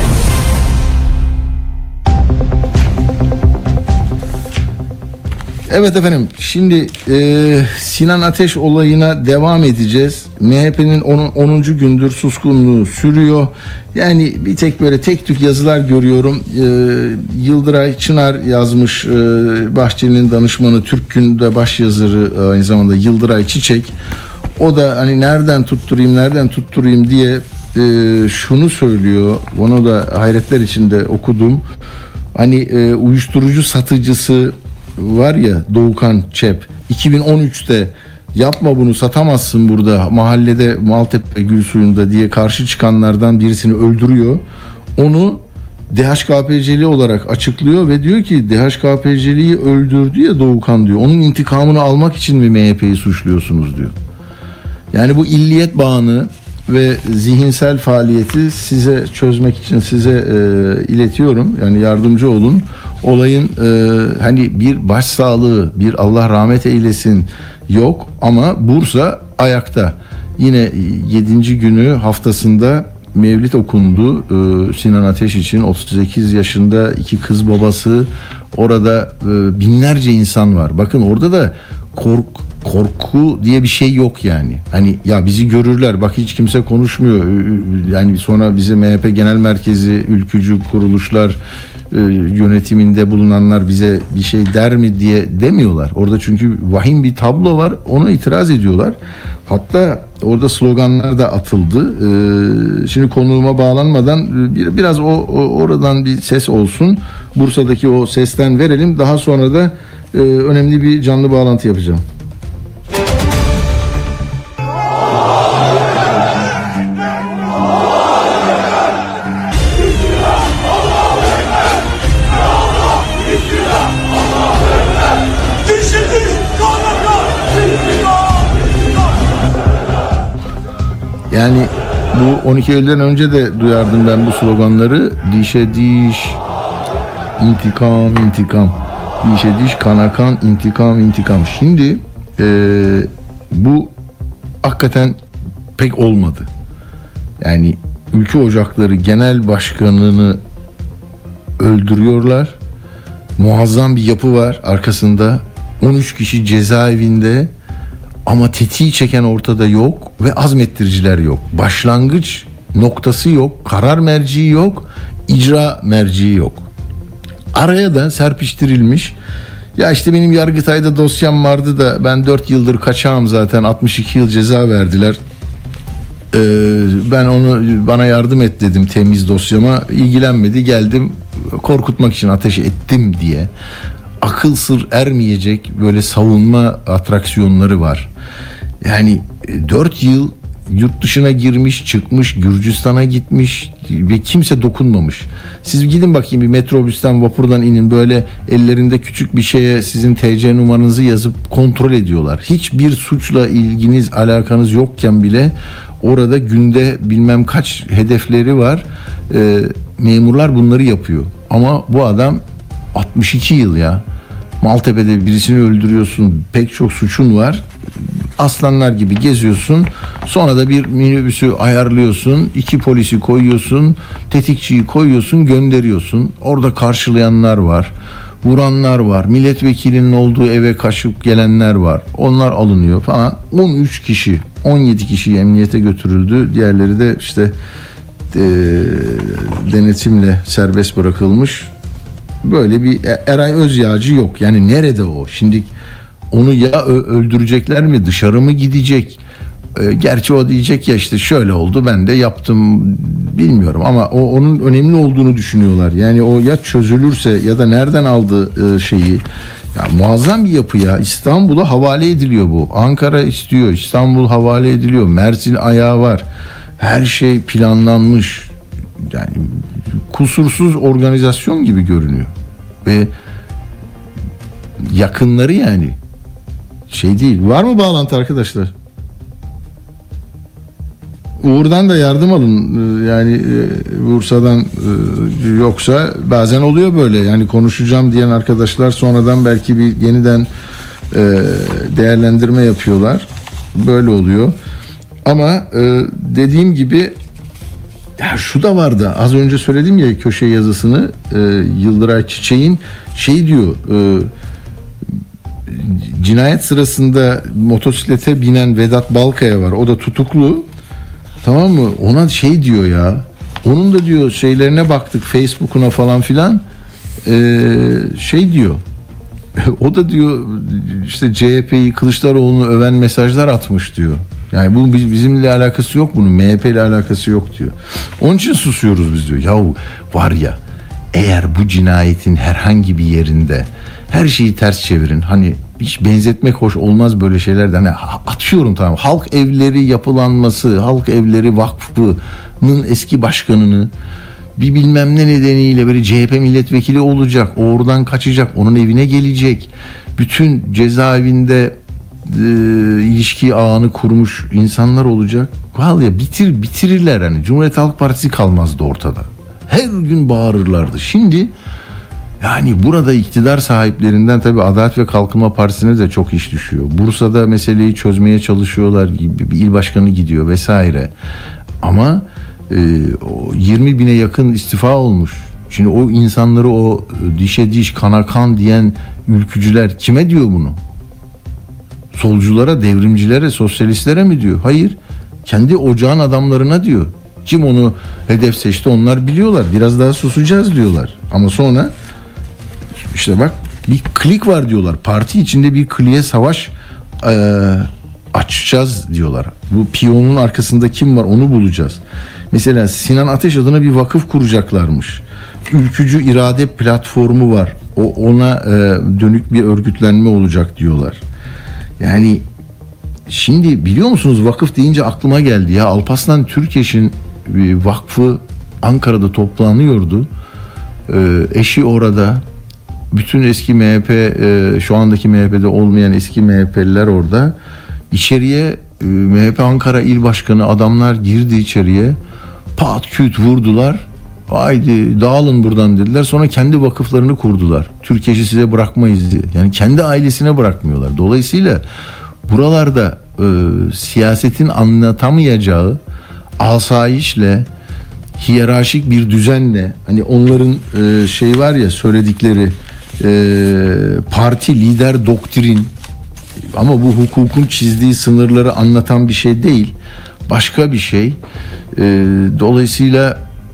Evet efendim, şimdi Sinan Ateş olayına devam edeceğiz. MHP'nin 10. gündür suskunluğu sürüyor. Yani bir tek böyle tek tük yazılar görüyorum. Yıldıray Çınar yazmış, Bahçeli'nin danışmanı, Türk Gün'de başyazarı aynı zamanda Yıldıray Çiçek. O da hani nereden tutturayım diye şunu söylüyor. Onu da hayretler içinde okudum. Hani uyuşturucu satıcısı var ya, Doğukan Çep, 2013'te yapma bunu, satamazsın burada mahallede, Maltepe Gülsuyu'nda diye karşı çıkanlardan birisini öldürüyor. Onu DHKPC'li olarak açıklıyor ve diyor ki DHKPC'liyi öldürdü ya Doğukan diyor. Onun intikamını almak için mi MHP'yi suçluyorsunuz diyor. Yani bu illiyet bağını ve zihinsel faaliyeti size çözmek için size iletiyorum. Yani yardımcı olun. Olayın hani bir başsağlığı, bir Allah rahmet eylesin yok ama Bursa ayakta. Yine 7. günü haftasında mevlid okundu Sinan Ateş için. 38 yaşında 2 kız babası, orada binlerce insan var. Bakın orada da korku diye bir şey yok yani. Hani ya bizi görürler, bak hiç kimse konuşmuyor. Yani sonra bize MHP Genel Merkezi, ülkücü kuruluşlar, yönetiminde bulunanlar bize bir şey der mi diye demiyorlar. Orada çünkü vahim bir tablo var, ona itiraz ediyorlar. Hatta orada sloganlar da atıldı. Şimdi konuğuma bağlanmadan biraz oradan bir ses olsun. Bursa'daki o sesten verelim. Daha sonra da önemli bir canlı bağlantı yapacağım. Yani bu 12 Eylül'den önce de duyardım ben bu sloganları. Dişe diş, intikam, intikam. Dişe diş, kana kan, intikam, intikam. Şimdi bu hakikaten pek olmadı. Yani Ülke Ocakları Genel Başkanı'nı öldürüyorlar. Muazzam bir yapı var arkasında. 13 kişi cezaevinde. Ama tetiği çeken ortada yok ve azmettiriciler yok. Başlangıç noktası yok, karar merciği yok, icra merciği yok. Araya da serpiştirilmiş, ya işte benim Yargıtay'da dosyam vardı da ben 4 yıldır kaçağım zaten, 62 yıl ceza verdiler. Ben bana yardım et dedim temiz dosyama, ilgilenmedi, geldim korkutmak için ateş ettim diye. Akıl sır ermeyecek böyle savunma atraksiyonları var. Yani 4 yıl yurt dışına girmiş, çıkmış, Gürcistan'a gitmiş ve kimse dokunmamış. Siz gidin bakayım bir metrobüsten, vapurdan inin, böyle ellerinde küçük bir şeye sizin TC numaranızı yazıp kontrol ediyorlar. Hiçbir suçla ilginiz, alakanız yokken bile orada günde bilmem kaç hedefleri var. Memurlar bunları yapıyor. Ama bu adam 62 yıl ya. Maltepe'de birisini öldürüyorsun, pek çok suçun var. Aslanlar gibi geziyorsun. Sonra da bir minibüsü ayarlıyorsun, 2 polisi koyuyorsun, tetikçiyi koyuyorsun, gönderiyorsun. Orada karşılayanlar var, vuranlar var, milletvekilinin olduğu eve kaçıp gelenler var. Onlar alınıyor falan. 13 kişi, 17 kişi emniyete götürüldü. Diğerleri de işte denetimle serbest bırakılmış. Böyle bir Eray Özyağcı yok. Yani nerede o? Şimdi onu ya öldürecekler mi, dışarı mı gidecek? Gerçi o diyecek ya işte şöyle oldu, ben de yaptım, bilmiyorum ama onun önemli olduğunu düşünüyorlar. Yani o ya çözülürse ya da nereden aldı şeyi. Ya muazzam bir yapı ya. İstanbul'a havale ediliyor bu. Ankara istiyor, İstanbul havale ediliyor. Mersin ayağı var. Her şey planlanmış. Yani kusursuz organizasyon gibi görünüyor. Ve yakınları yani şey değil. Var mı bağlantı arkadaşlar? Uğur'dan da yardım alın. Yani Bursa'dan yoksa bazen oluyor böyle. Yani konuşacağım diyen arkadaşlar sonradan belki bir yeniden değerlendirme yapıyorlar. Böyle oluyor. Ama dediğim gibi ya şu da vardı. Az önce söyledim ya köşe yazısını, Yıldıray Çiçek'in şey diyor, cinayet sırasında motosiklete binen Vedat Balkaya var. O da tutuklu. Tamam mı? Ona şey diyor ya. Onun da diyor şeylerine baktık, Facebook'una falan filan. Şey diyor. O da diyor işte CHP'yi, Kılıçdaroğlu'nu öven mesajlar atmış diyor. Yani bu bizimle alakası yok bunun. MHP ile alakası yok diyor. Onun için susuyoruz biz diyor. Yahu var ya, eğer bu cinayetin herhangi bir yerinde her şeyi ters çevirin. Hani hiç benzetmek hoş olmaz böyle şeylerden. Hani atıyorum, tamam. Halk Evleri yapılanması, Halk Evleri Vakfı'nın eski başkanını bir bilmem ne nedeniyle böyle CHP milletvekili olacak. O oradan kaçacak. Onun evine gelecek. Bütün cezaevinde ilişki ağını kurmuş insanlar olacak. Vallahi bitirirler hani. Cumhuriyet Halk Partisi kalmazdı ortada. Her gün bağırırlardı. Şimdi yani burada iktidar sahiplerinden tabii Adalet ve Kalkınma Partisi'ne de çok iş düşüyor. Bursa'da meseleyi çözmeye çalışıyorlar. Bir il başkanı gidiyor vesaire. Ama 20 bine yakın istifa olmuş. Şimdi o insanları, o dişe diş kana kan diyen ülkücüler kime diyor bunu? Solculara, devrimcilere, sosyalistlere mi diyor? Hayır. Kendi ocağın adamlarına diyor. Kim onu hedef seçti onlar biliyorlar. Biraz daha susacağız diyorlar. Ama sonra işte bak bir klik var diyorlar. Parti içinde bir kliğe savaş açacağız diyorlar. Bu piyonun arkasında kim var onu bulacağız. Mesela Sinan Ateş adına bir vakıf kuracaklarmış. Ülkücü irade platformu var. Ona dönük bir örgütlenme olacak diyorlar. Yani şimdi biliyor musunuz, vakıf deyince aklıma geldi ya, Alparslan Türkeş'in bir vakfı Ankara'da toplanıyordu. Eşi orada. Bütün eski MHP, şu andaki MHP'de olmayan eski MHP'liler orada. İçeriye MHP Ankara İl Başkanı adamlar girdi içeriye. Pat küt vurdular. Haydi dağılın buradan dediler. Sonra kendi vakıflarını kurdular. Türkeş'i size bırakmayız diye. Yani kendi ailesine bırakmıyorlar. Dolayısıyla buralarda siyasetin anlatamayacağı asayişle, hiyerarşik bir düzenle, hani onların şey var ya söyledikleri parti lider doktrin, ama bu hukukun çizdiği sınırları anlatan bir şey değil. Başka bir şey. Dolayısıyla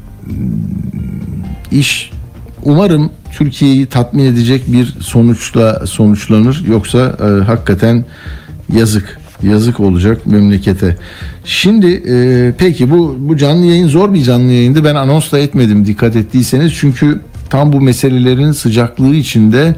iş umarım Türkiye'yi tatmin edecek bir sonuçla sonuçlanır. Yoksa hakikaten yazık. Yazık olacak memlekete. Şimdi peki bu canlı yayın zor bir canlı yayındı. Ben anons da etmedim dikkat ettiyseniz. Çünkü tam bu meselelerin sıcaklığı içinde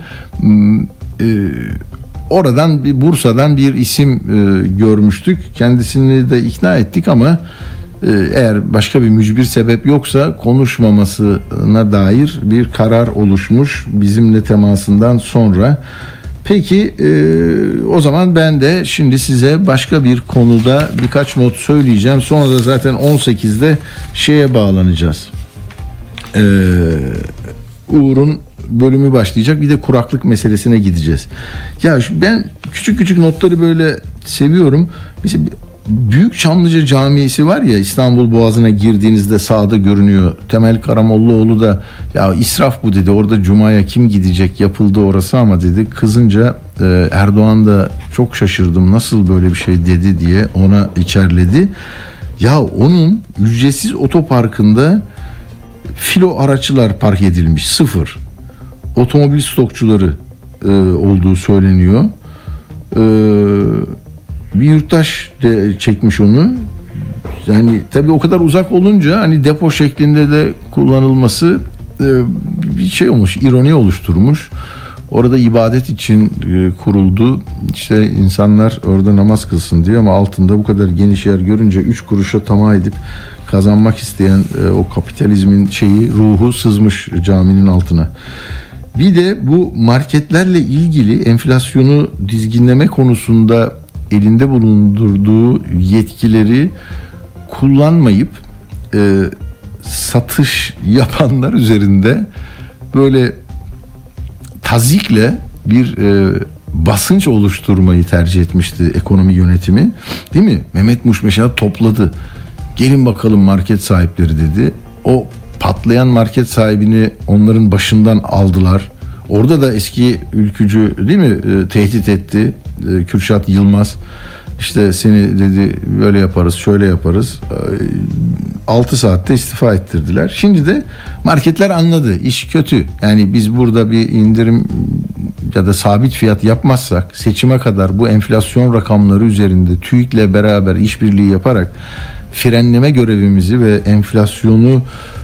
oradan Bursa'dan bir isim görmüştük. Kendisini de ikna ettik ama eğer başka bir mücbir sebep yoksa konuşmamasına dair bir karar oluşmuş bizimle temasından sonra. Peki o zaman ben de şimdi size başka bir konuda birkaç not söyleyeceğim. Sonra da zaten 18'de şeye bağlanacağız. Uğur'un bölümü başlayacak. Bir de kuraklık meselesine gideceğiz. Ya ben küçük küçük notları böyle seviyorum. Mesela Büyük Çamlıca Camisi var ya, İstanbul Boğazı'na girdiğinizde sağda görünüyor. Temel Karamollaoğlu da ya israf bu dedi. Orada Cuma'ya kim gidecek? Yapıldı orası ama dedi. Kızınca Erdoğan da çok şaşırdım. Nasıl böyle bir şey dedi diye ona içerledi. Ya onun ücretsiz otoparkında filo araçlar park edilmiş. 0. Otomobil stokçuları olduğu söyleniyor. Bir yurttaş de çekmiş onu. Yani tabii o kadar uzak olunca hani depo şeklinde de kullanılması bir şey olmuş, ironi oluşturmuş. Orada ibadet için kuruldu. İşte insanlar orada namaz kılsın diye ama altında bu kadar geniş yer görünce 3 kuruşa tamah edip kazanmak isteyen o kapitalizmin ruhu sızmış caminin altına. Bir de bu marketlerle ilgili enflasyonu dizginleme konusunda elinde bulundurduğu yetkileri kullanmayıp satış yapanlar üzerinde böyle tazikle bir basınç oluşturmayı tercih etmişti ekonomi yönetimi. Değil mi? Mehmet Muş mesela topladı. Gelin bakalım market sahipleri dedi. O patlayan market sahibini onların başından aldılar. Orada da eski ülkücü değil mi tehdit etti Kürşat Yılmaz. İşte seni dedi böyle yaparız, şöyle yaparız. 6 saatte istifa ettirdiler. Şimdi de marketler anladı. İş kötü. Yani biz burada bir indirim ya da sabit fiyat yapmazsak seçime kadar bu enflasyon rakamları üzerinde TÜİK'le beraber işbirliği yaparak frenleme görevimizi ve enflasyonu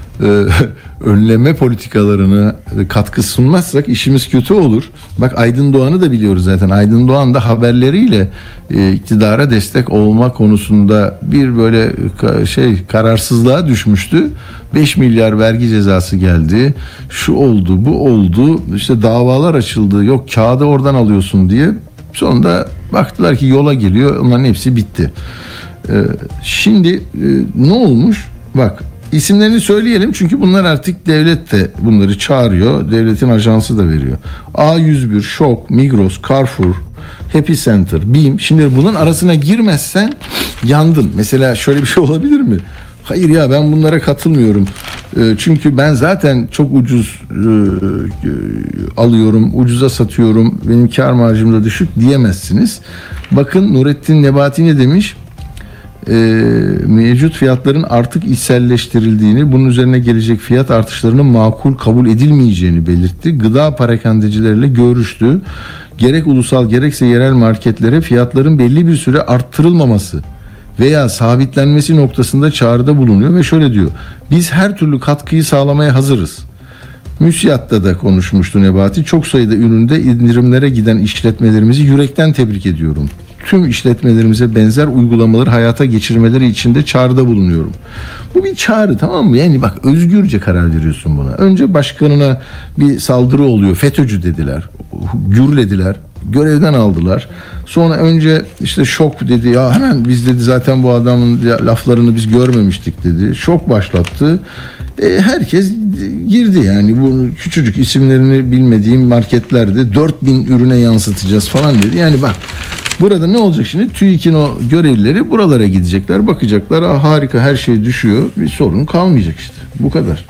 önleme politikalarına katkı sunmazsak işimiz kötü olur. Bak Aydın Doğan'ı da biliyoruz zaten. Aydın Doğan da haberleriyle iktidara destek olma konusunda bir böyle kararsızlığa düşmüştü. 5 milyar vergi cezası geldi. Şu oldu, bu oldu. İşte davalar açıldı. Yok kağıdı oradan alıyorsun diye. Sonunda baktılar ki yola geliyor. Onların hepsi bitti. Şimdi ne olmuş? Bak İsimlerini söyleyelim çünkü bunlar artık devlet de bunları çağırıyor. Devletin ajansı da veriyor. A101, Şok, Migros, Carrefour, Happy Center, BİM. Şimdi bunun arasına girmezsen yandın. Mesela şöyle bir şey olabilir mi? Hayır ya ben bunlara katılmıyorum. Çünkü ben zaten çok ucuz alıyorum, ucuza satıyorum. Benim kar marjım da düşük diyemezsiniz. Bakın Nurettin Nebati ne demiş? Mevcut fiyatların artık içselleştirildiğini, bunun üzerine gelecek fiyat artışlarının makul kabul edilmeyeceğini belirtti. Gıda perakendecileriyle görüştü. Gerek ulusal gerekse yerel marketlere fiyatların belli bir süre arttırılmaması veya sabitlenmesi noktasında çağrıda bulunuyor ve şöyle diyor. Biz her türlü katkıyı sağlamaya hazırız. MÜSİAD'da da konuşmuştu Nebati. Çok sayıda üründe indirimlere giden işletmelerimizi yürekten tebrik ediyorum. Tüm işletmelerimize benzer uygulamaları hayata geçirmeleri için de çağrıda bulunuyorum. Bu bir çağrı, tamam mı? Yani bak özgürce karar veriyorsun buna. Önce başkanına bir saldırı oluyor. FETÖ'cü dediler. Gürlediler. Görevden aldılar. Sonra önce işte Şok dedi. Ya hemen biz dedi zaten bu adamın laflarını biz görmemiştik dedi. Şok başlattı. Herkes girdi yani bu küçücük isimlerini bilmediğim marketlerde 4000 ürüne yansıtacağız falan dedi. Yani bak burada ne olacak şimdi? TÜİK'in o görevlileri buralara gidecekler, bakacaklar. Harika her şey düşüyor. Bir sorun kalmayacak işte. Bu kadar.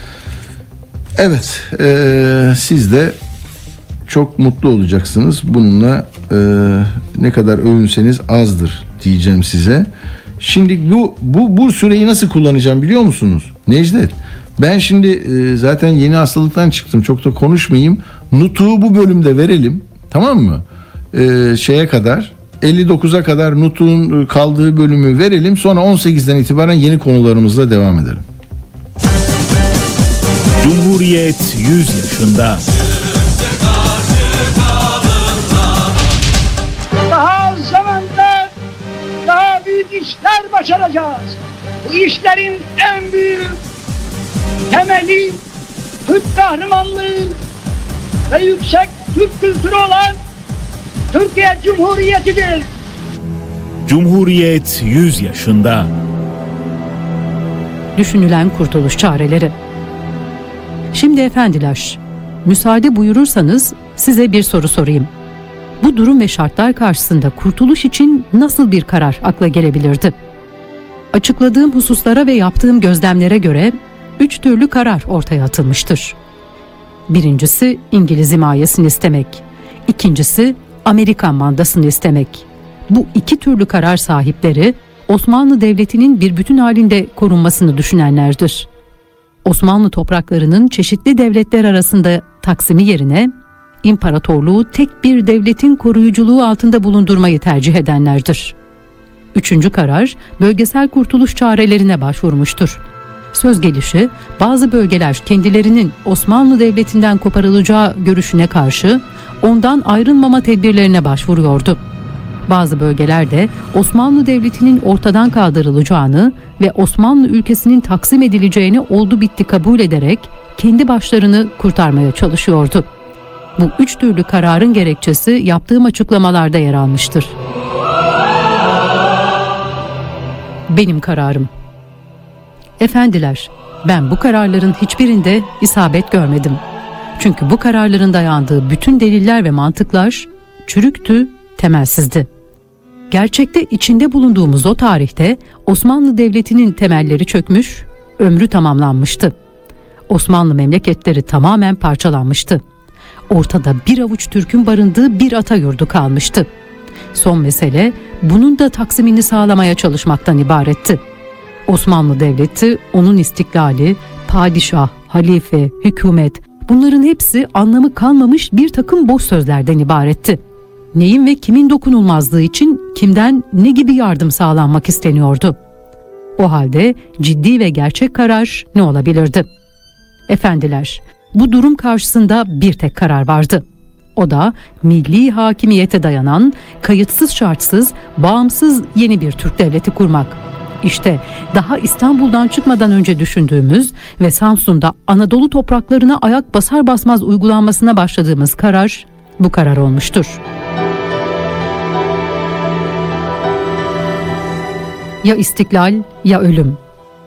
Evet. Siz de çok mutlu olacaksınız. Bununla ne kadar övünseniz azdır diyeceğim size. Şimdi bu süreyi nasıl kullanacağım biliyor musunuz? Necdet, ben şimdi zaten yeni hastalıktan çıktım. Çok da konuşmayayım. Nutuk'u bu bölümde verelim. Tamam mı? Şeye kadar, 59'a kadar Nutuk'un kaldığı bölümü verelim. Sonra 18'den itibaren yeni konularımızla devam edelim. Cumhuriyet 100 yaşında. Daha az zamanda daha büyük işler başaracağız. Bu işlerin en büyük temeli Türk kahramanlığı ve yüksek Türk kültürü olan Türkiye Cumhuriyeti'dir. Cumhuriyet 100 yaşında. Düşünülen kurtuluş çareleri. Şimdi efendiler, müsaade buyurursanız size bir soru sorayım. Bu durum ve şartlar karşısında kurtuluş için nasıl bir karar akla gelebilirdi? Açıkladığım hususlara ve yaptığım gözlemlere göre 3 türlü karar ortaya atılmıştır. Birincisi İngiliz himayesini istemek. İkincisi Amerikan mandasını istemek. Bu 2 türlü karar sahipleri Osmanlı Devleti'nin bir bütün halinde korunmasını düşünenlerdir. Osmanlı topraklarının çeşitli devletler arasında taksimi yerine imparatorluğu tek bir devletin koruyuculuğu altında bulundurmayı tercih edenlerdir. 3. karar bölgesel kurtuluş çarelerine başvurmuştur. Söz gelişi bazı bölgeler kendilerinin Osmanlı Devleti'nden koparılacağı görüşüne karşı ondan ayrılmama tedbirlerine başvuruyordu. Bazı bölgelerde Osmanlı Devleti'nin ortadan kaldırılacağını ve Osmanlı ülkesinin taksim edileceğini oldu bitti kabul ederek kendi başlarını kurtarmaya çalışıyordu. Bu 3 türlü kararın gerekçesi yaptığım açıklamalarda yer almıştır. Benim kararım. Efendiler, ben bu kararların hiçbirinde isabet görmedim. Çünkü bu kararların dayandığı bütün deliller ve mantıklar çürüktü, temelsizdi. Gerçekte içinde bulunduğumuz o tarihte Osmanlı Devleti'nin temelleri çökmüş, ömrü tamamlanmıştı. Osmanlı memleketleri tamamen parçalanmıştı. Ortada bir avuç Türk'ün barındığı bir ata yurdu kalmıştı. Son mesele bunun da taksimini sağlamaya çalışmaktan ibaretti. Osmanlı Devleti, onun istiklali, padişah, halife, hükümet, bunların hepsi anlamı kalmamış bir takım boş sözlerden ibaretti. Neyin ve kimin dokunulmazlığı için kimden ne gibi yardım sağlanmak isteniyordu? O halde ciddi ve gerçek karar ne olabilirdi? Efendiler, bu durum karşısında bir tek karar vardı. O da milli hakimiyete dayanan, kayıtsız şartsız, bağımsız yeni bir Türk devleti kurmak. İşte daha İstanbul'dan çıkmadan önce düşündüğümüz ve Samsun'da Anadolu topraklarına ayak basar basmaz uygulanmasına başladığımız karar bu karar olmuştur. Ya istiklal ya ölüm.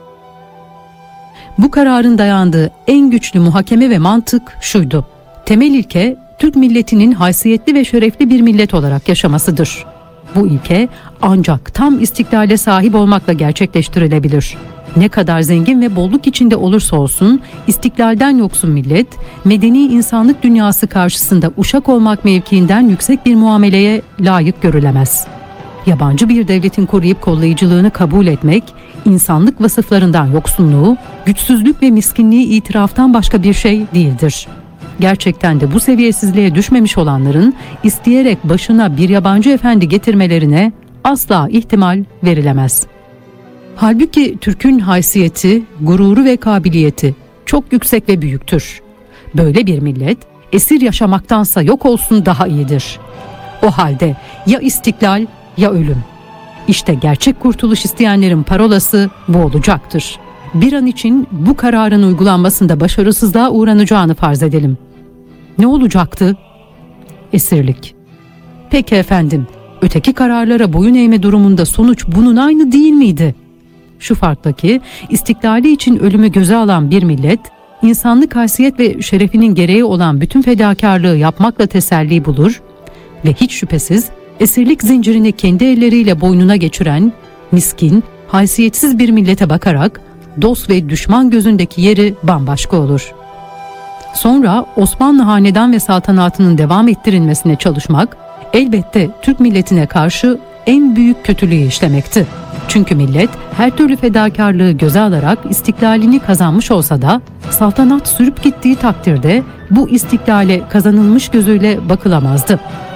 Bu kararın dayandığı en güçlü muhakeme ve mantık şuydu. Temel ilke Türk milletinin haysiyetli ve şerefli bir millet olarak yaşamasıdır. Bu ilke ancak tam istiklale sahip olmakla gerçekleştirilebilir. Ne kadar zengin ve bolluk içinde olursa olsun istiklalden yoksun millet, medeni insanlık dünyası karşısında uşak olmak mevkiinden yüksek bir muameleye layık görülemez. Yabancı bir devletin koruyup kollayıcılığını kabul etmek, insanlık vasıflarından yoksunluğu, güçsüzlük ve miskinliği itiraftan başka bir şey değildir. Gerçekten de bu seviyesizliğe düşmemiş olanların isteyerek başına bir yabancı efendi getirmelerine asla ihtimal verilemez. Halbuki Türk'ün haysiyeti, gururu ve kabiliyeti çok yüksek ve büyüktür. Böyle bir millet esir yaşamaktansa yok olsun daha iyidir. O halde ya istiklal ya ölüm. İşte gerçek kurtuluş isteyenlerin parolası bu olacaktır. Bir an için bu kararın uygulanmasında başarısızlığa uğranacağını farz edelim. Ne olacaktı? Esirlik. Peki efendim, öteki kararlara boyun eğme durumunda sonuç bunun aynı değil miydi? Şu farkla ki istiklali için ölümü göze alan bir millet, insanlık haysiyet ve şerefinin gereği olan bütün fedakarlığı yapmakla teselli bulur ve hiç şüphesiz esirlik zincirini kendi elleriyle boynuna geçiren, miskin, haysiyetsiz bir millete bakarak dost ve düşman gözündeki yeri bambaşka olur. Sonra Osmanlı hanedan ve saltanatının devam ettirilmesine çalışmak, elbette Türk milletine karşı en büyük kötülüğü işlemekti. Çünkü millet her türlü fedakarlığı göze alarak istiklalini kazanmış olsa da saltanat sürüp gittiği takdirde bu istiklale kazanılmış gözüyle bakılamazdı.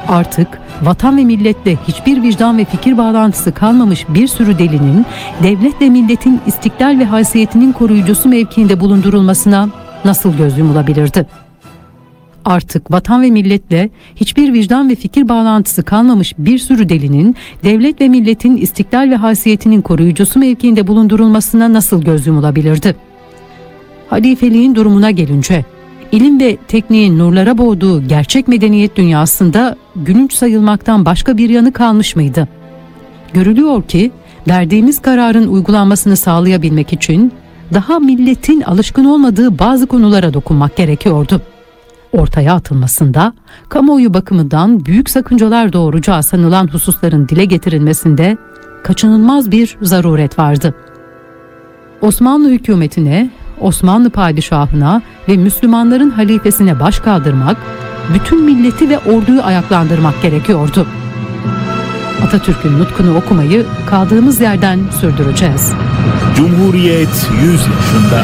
Artık vatan ve milletle hiçbir vicdan ve fikir bağlantısı kalmamış bir sürü delinin devlet ve milletin istiklal ve haysiyetinin koruyucusu mevkiinde bulundurulmasına nasıl göz yumulabilirdi? Artık vatan ve milletle hiçbir vicdan ve fikir bağlantısı kalmamış bir sürü delinin devlet ve milletin istiklal ve haysiyetinin koruyucusu mevkiinde bulundurulmasına nasıl göz yumulabilirdi? Halifeliğin durumuna gelince, ilim ve tekniğin nurlara boğduğu gerçek medeniyet dünyasında gülünç sayılmaktan başka bir yanı kalmış mıydı? Görülüyor ki verdiğimiz kararın uygulanmasını sağlayabilmek için daha milletin alışkın olmadığı bazı konulara dokunmak gerekiyordu. Ortaya atılmasında, kamuoyu bakımından büyük sakıncalar doğuracağı sanılan hususların dile getirilmesinde kaçınılmaz bir zaruret vardı. Osmanlı hükümetine, Osmanlı padişahına ve Müslümanların halifesine baş kaldırmak, bütün milleti ve orduyu ayaklandırmak gerekiyordu. Atatürk'ün nutkunu okumayı kaldığımız yerden sürdüreceğiz. Cumhuriyet 100 yaşında.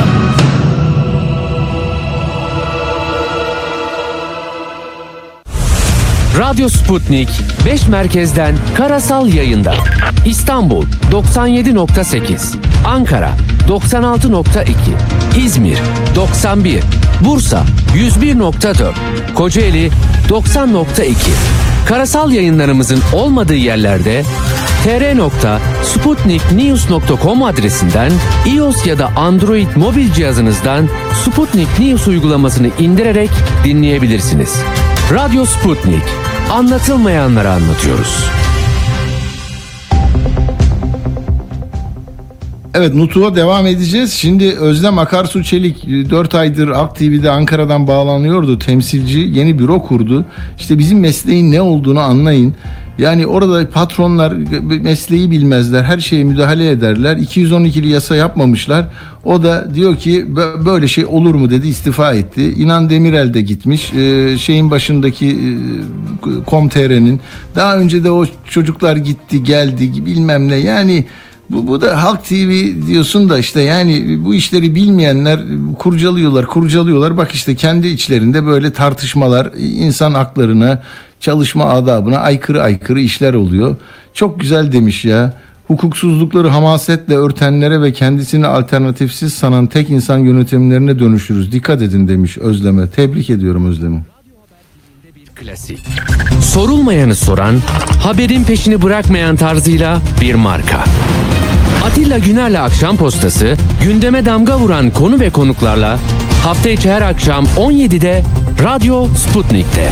Radyo Sputnik 5 merkezden karasal yayında. İstanbul 97.8, Ankara 96.2, İzmir 91, Bursa 101.4, Kocaeli 90.2. Karasal yayınlarımızın olmadığı yerlerde tr.sputniknews.com adresinden iOS ya da Android mobil cihazınızdan Sputnik News uygulamasını indirerek dinleyebilirsiniz. Radyo Sputnik. Anlatılmayanları anlatıyoruz. Evet, Nutuk'a devam edeceğiz. Şimdi Özlem Akarsu Çelik 4 aydır Halk TV'de Ankara'dan bağlanıyordu. Temsilci yeni büro kurdu. İşte bizim mesleğin ne olduğunu anlayın. Yani orada patronlar mesleği bilmezler, her şeye müdahale ederler. 212'li yasa yapmamışlar. O da diyor ki böyle şey olur mu dedi, istifa etti. İnan Demirel de gitmiş. Şeyin başındaki Com.tr'nin. Daha önce de o çocuklar gitti geldi bilmem ne. Yani bu da Halk TV diyorsun da işte yani bu işleri bilmeyenler kurcalıyorlar. Bak işte kendi içlerinde böyle tartışmalar, insan haklarına, çalışma adabına aykırı işler oluyor. Çok güzel demiş ya. Hukuksuzlukları hamasetle örtenlere ve kendisini alternatifsiz sanan tek insan yönetimlerine dönüşürüz. Dikkat edin demiş Özlem'e. Tebrik ediyorum Özlem'i. Klasik. Sorulmayanı soran, haberin peşini bırakmayan tarzıyla bir marka. Atilla Güner'le Akşam Postası, gündeme damga vuran konu ve konuklarla hafta içi her akşam 17'de Radyo Sputnik'te.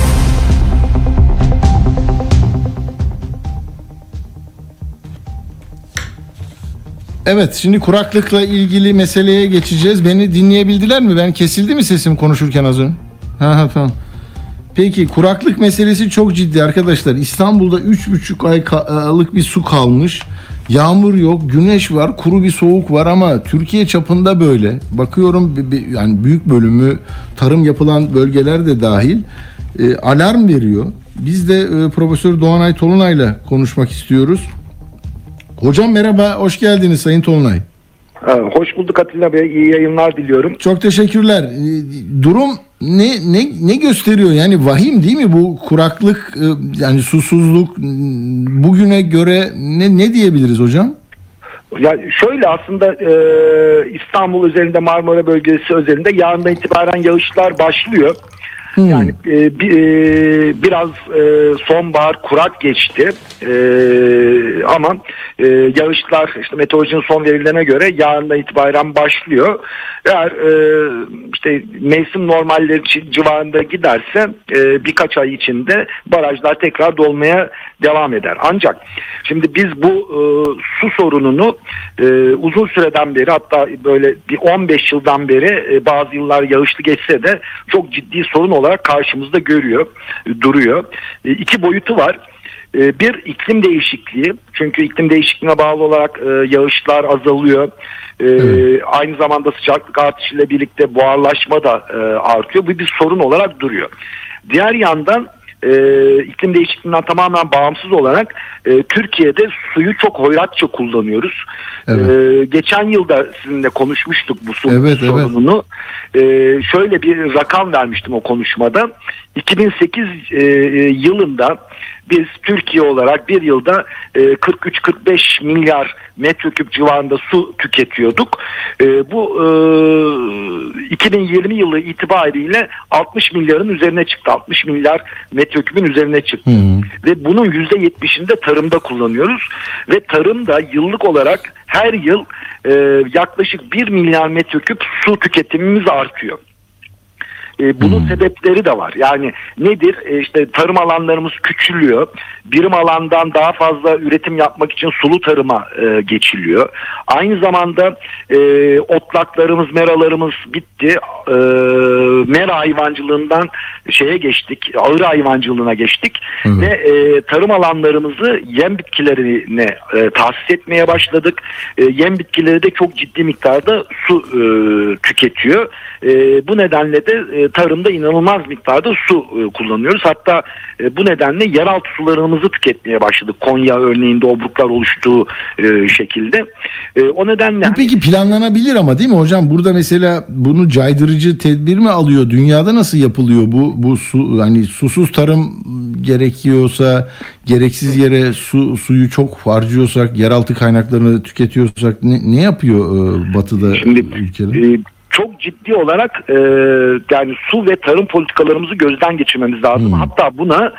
Evet, şimdi kuraklıkla ilgili meseleye geçeceğiz. Beni dinleyebildiler mi? Ben kesildi mi sesim konuşurken az önce? Ha tamam. Peki, kuraklık meselesi çok ciddi arkadaşlar. İstanbul'da 3,5 aylık bir su kalmış. Yağmur yok, güneş var, kuru bir soğuk var ama Türkiye çapında böyle. Bakıyorum yani büyük bölümü tarım yapılan bölgeler de dahil alarm veriyor. Biz de Profesör Doğanay Tolunay'la konuşmak istiyoruz. Hocam merhaba, hoş geldiniz Sayın Tolunay. Hoş bulduk Atilla Bey, iyi yayınlar diliyorum. Çok teşekkürler. Durum ne gösteriyor? Yani vahim değil mi bu kuraklık, yani susuzluk bugüne göre ne diyebiliriz hocam? Ya şöyle aslında İstanbul üzerinde, Marmara bölgesi üzerinde yarından itibaren yağışlar başlıyor. Yani biraz sonbahar kurak geçti ama yağışlar işte meteorolojinin son verilerine göre yarından itibaren başlıyor. Eğer işte mevsim normalleri civarında giderse birkaç ay içinde barajlar tekrar dolmaya devam eder. Ancak şimdi biz bu su sorununu uzun süreden beri, hatta böyle bir 15 yıldan beri bazı yıllar yağışlı geçse de çok ciddi sorun olarak karşımızda duruyor. İki boyutu var. Bir, iklim değişikliği. Çünkü iklim değişikliğine bağlı olarak yağışlar azalıyor. Aynı zamanda sıcaklık artışıyla birlikte buharlaşma da artıyor. Bu bir sorun olarak duruyor. Diğer yandan iklim değişikliğinden tamamen bağımsız olarak Türkiye'de suyu çok hoyratça kullanıyoruz. Evet. Geçen yılda sizinle konuşmuştuk bu su sorununu. Şöyle bir rakam vermiştim o konuşmada. 2008 yılında biz Türkiye olarak bir yılda 43-45 milyar metreküp civarında su tüketiyorduk. Bu 2020 yılı itibariyle 60 milyarın üzerine çıktı. 60 milyar metreküpün üzerine çıktı. Ve bunun %70'ini de tarımda kullanıyoruz. Ve tarımda yıllık olarak her yıl yaklaşık 1 milyar metreküp su tüketimimiz artıyor. Bunun sebepleri de var. Yani nedir? İşte tarım alanlarımız küçülüyor. Birim alandan daha fazla üretim yapmak için sulu tarıma geçiliyor. Aynı zamanda otlaklarımız, meralarımız bitti. Mera hayvancılığından geçtik. Ağır hayvancılığına geçtik. Ve tarım alanlarımızı yem bitkilerine tahsis etmeye başladık. Yem bitkileri de çok ciddi miktarda su tüketiyor. Bu nedenle de tarımda inanılmaz miktarda su kullanıyoruz. Hatta bu nedenle yeraltı sularımızı tüketmeye başladık. Konya örneğinde obruklar oluştuğu şekilde. O nedenle... Bu peki planlanabilir ama değil mi hocam? Burada mesela bunu caydırıcı tedbir mi alıyor? Dünyada nasıl yapılıyor bu su? Hani susuz tarım gerekiyorsa, gereksiz yere suyu çok harcıyorsak, yeraltı kaynaklarını tüketiyorsak ne yapıyor batıda ülkeler? Çok ciddi olarak yani su ve tarım politikalarımızı gözden geçirmemiz lazım. Hatta buna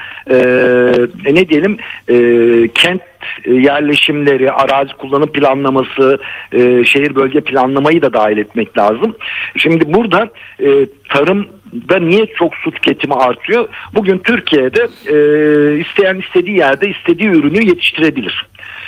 kent yerleşimleri, arazi kullanım planlaması, şehir bölge planlamayı da dahil etmek lazım. Şimdi burada tarımda niye çok su tüketimi artıyor? Bugün Türkiye'de isteyen istediği yerde istediği ürünü yetiştirebilir.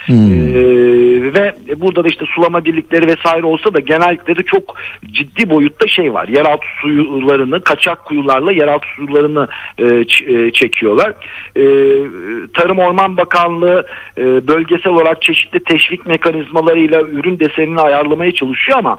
Ve burada da işte sulama birlikleri vesaire olsa da genellikle de çok ciddi boyutta var. Yeraltı sularını kaçak kuyularla yeraltı sularını çekiyorlar. Tarım Orman Bakanlığı bölgesel olarak çeşitli teşvik mekanizmalarıyla ürün desenini ayarlamaya çalışıyor ama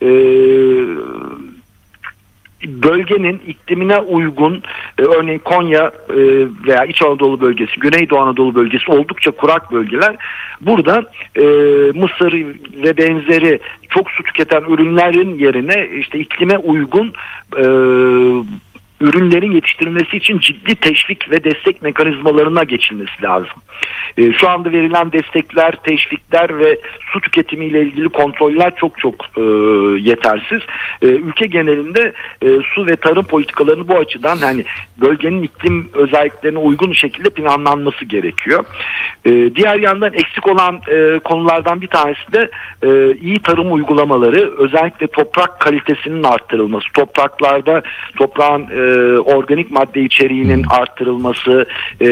bölgenin iklimine uygun örneğin Konya veya İç Anadolu bölgesi, Güneydoğu Anadolu bölgesi oldukça kurak bölgeler. Burada mısır ve benzeri çok su tüketen ürünlerin yerine işte iklime uygun ürünlerin yetiştirilmesi için ciddi teşvik ve destek mekanizmalarına geçilmesi lazım. Şu anda verilen destekler, teşvikler ve su tüketimiyle ilgili kontroller çok yetersiz. Ülke genelinde su ve tarım politikalarını bu açıdan bölgenin iklim özelliklerine uygun şekilde planlanması gerekiyor. Diğer yandan eksik olan konulardan bir tanesi de iyi tarım uygulamaları, özellikle toprak kalitesinin arttırılması, topraklarda toprağın organik madde içeriğinin arttırılması,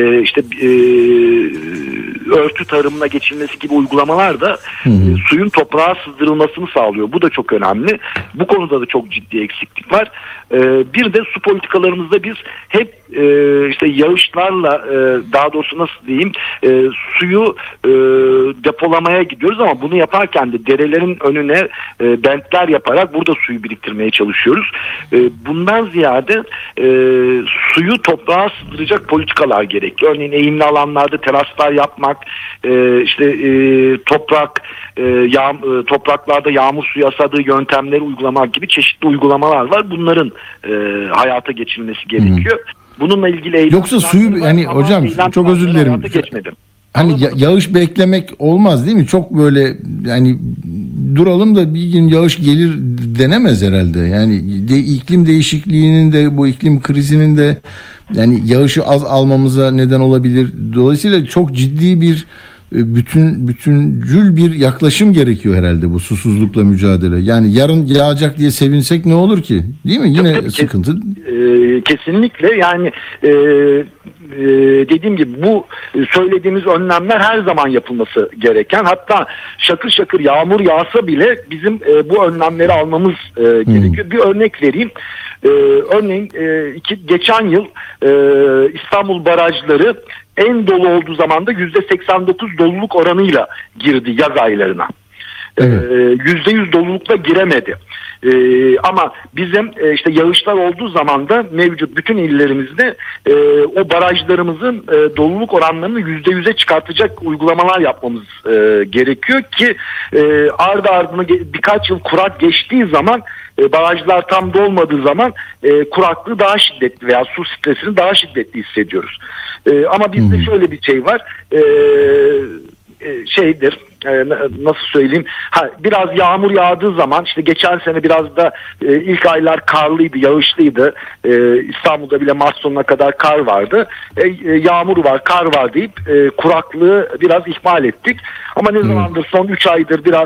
örtü tarımına geçilmesi gibi uygulamalar da suyun toprağa sızdırılmasını sağlıyor. Bu da çok önemli. Bu konuda da çok ciddi eksiklik var. Bir de su politikalarımızda biz hep yağışlarla daha doğrusu nasıl diyeyim suyu depolamaya gidiyoruz ama bunu yaparken de derelerin önüne bentler yaparak burada suyu biriktirmeye çalışıyoruz. Bundan ziyade suyu toprağa sızdıracak politikalar gerekli. Örneğin eğimli alanlarda teraslar yapmak, topraklarda yağmur suyu asadığı yöntemleri uygulamak gibi çeşitli uygulamalar var. Bunların hayata geçirilmesi gerekiyor. Bununla ilgili yoksa suyu hocam çok özür dilerim. Yağış beklemek olmaz değil mi? Çok böyle duralım da bir gün yağış gelir denemez herhalde. İklim değişikliğinin de bu iklim krizinin de yağışı az almamıza neden olabilir. Dolayısıyla çok ciddi bir bütüncül bir yaklaşım gerekiyor herhalde bu susuzlukla mücadele. Yarın yağacak diye sevinsek ne olur ki? Değil mi? Yine tabii, sıkıntı. Kesinlikle dediğim gibi bu söylediğimiz önlemler her zaman yapılması gereken, hatta şakır şakır yağmur yağsa bile bizim bu önlemleri almamız gerekiyor. Bir örnek vereyim. Örneğin geçen yıl İstanbul barajları en dolu olduğu zaman da %89 doluluk oranıyla girdi yaz aylarına. Evet. %100 dolulukla giremedi. Ama bizim işte yağışlar olduğu zaman da mevcut bütün illerimizde o barajlarımızın doluluk oranlarını %100'e çıkartacak uygulamalar yapmamız gerekiyor ki ardı ardına birkaç yıl kurak geçtiği zaman barajlar tam dolmadığı zaman kuraklığı daha şiddetli veya su stresini daha şiddetli hissediyoruz. Ama bizde şöyle bir şey var. Nasıl söyleyeyim, biraz yağmur yağdığı zaman, işte geçen sene biraz da ilk aylar karlıydı, yağışlıydı, İstanbul'da bile Mart sonuna kadar kar vardı, yağmur var, kar var deyip kuraklığı biraz ihmal ettik. Ama ne zamandır, son 3 aydır biraz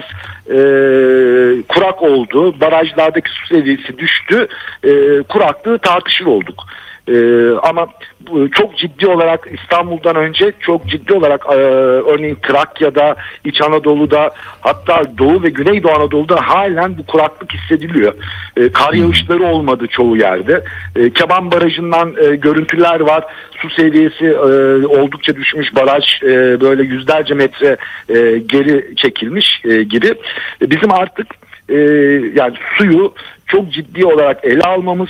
kurak oldu, barajlardaki su seviyesi düştü, kuraklığı tartışır olduk. Ama çok ciddi olarak İstanbul'dan önce çok ciddi olarak örneğin Trakya'da, İç Anadolu'da, hatta Doğu ve Güneydoğu Anadolu'da halen bu kuraklık hissediliyor. Kar yağışları olmadı çoğu yerde. Keban Barajı'ndan görüntüler var. Su seviyesi oldukça düşmüş, baraj böyle yüzlerce metre geri çekilmiş gibi. Bizim artık yani suyu çok ciddi olarak ele almamız,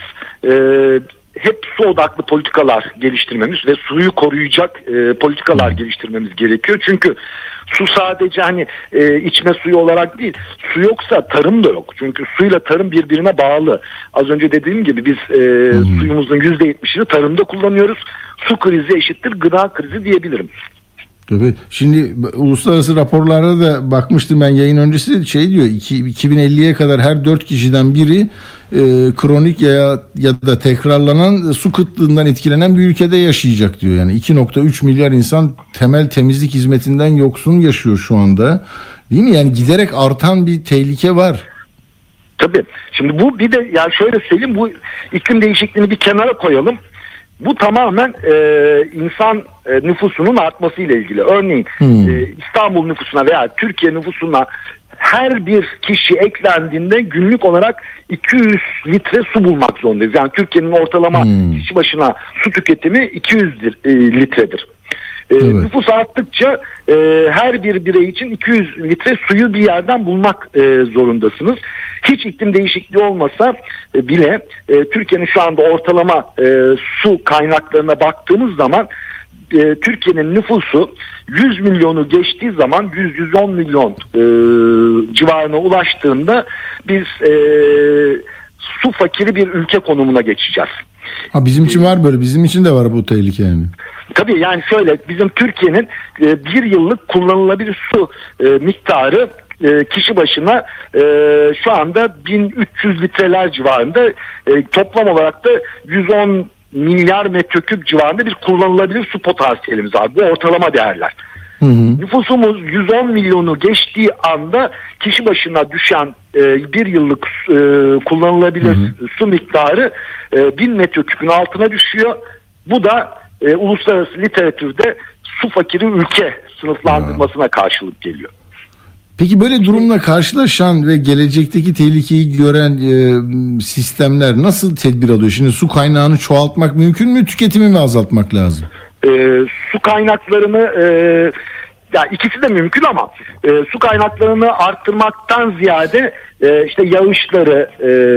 hep su odaklı politikalar geliştirmemiz ve suyu koruyacak politikalar geliştirmemiz gerekiyor. Çünkü su sadece hani içme suyu olarak değil, su yoksa tarım da yok. Çünkü suyla tarım birbirine bağlı. Az önce dediğim gibi biz suyumuzun %70'ini tarımda kullanıyoruz. Su krizi eşittir gıda krizi diyebilirim. Tabii. Şimdi uluslararası raporlara da bakmıştım ben yayın öncesi, diyor 2050'ye kadar her 4 kişiden biri kronik ya da tekrarlanan su kıtlığından etkilenen bir ülkede yaşayacak diyor. Yani 2.3 milyar insan temel temizlik hizmetinden yoksun yaşıyor şu anda. Değil mi? Yani giderek artan bir tehlike var. Tabii. Şimdi bu bir de yani şöyle söyleyeyim, bu iklim değişikliğini bir kenara koyalım. Bu tamamen insan nüfusunun artmasıyla ilgili. Örneğin İstanbul nüfusuna veya Türkiye nüfusuna her bir kişi eklendiğinde günlük olarak 200 litre su bulmak zorundayız. Yani Türkiye'nin ortalama kişi başına su tüketimi 200 litredir. Nüfus arttıkça her bir birey için 200 litre suyu bir yerden bulmak zorundasınız. Hiç iklim değişikliği olmasa bile Türkiye'nin şu anda ortalama su kaynaklarına baktığımız zaman Türkiye'nin nüfusu 100 milyonu geçtiği zaman 100-110 milyon civarına ulaştığında biz su fakiri bir ülke konumuna geçeceğiz. Bizim için var böyle, bizim için de var bu tehlike yani. Tabii yani şöyle, bizim Türkiye'nin bir yıllık kullanılabilir su miktarı kişi başına şu anda 1300 litreler civarında, toplam olarak da 110 milyar metreküp civarında bir kullanılabilir su potansiyelimiz var. Bu ortalama değerler. Nüfusumuz 110 milyonu geçtiği anda kişi başına düşen bir yıllık kullanılabilir su miktarı 1000 metreküpün altına düşüyor. Bu da uluslararası literatürde su fakiri ülke sınıflandırmasına karşılık geliyor. Peki böyle durumla karşılaşan ve gelecekteki tehlikeyi gören sistemler nasıl tedbir alıyor? Şimdi su kaynağını çoğaltmak mümkün mü, tüketimi mi azaltmak lazım? Su kaynaklarını ya ikisi de mümkün ama su kaynaklarını arttırmaktan ziyade işte yağışları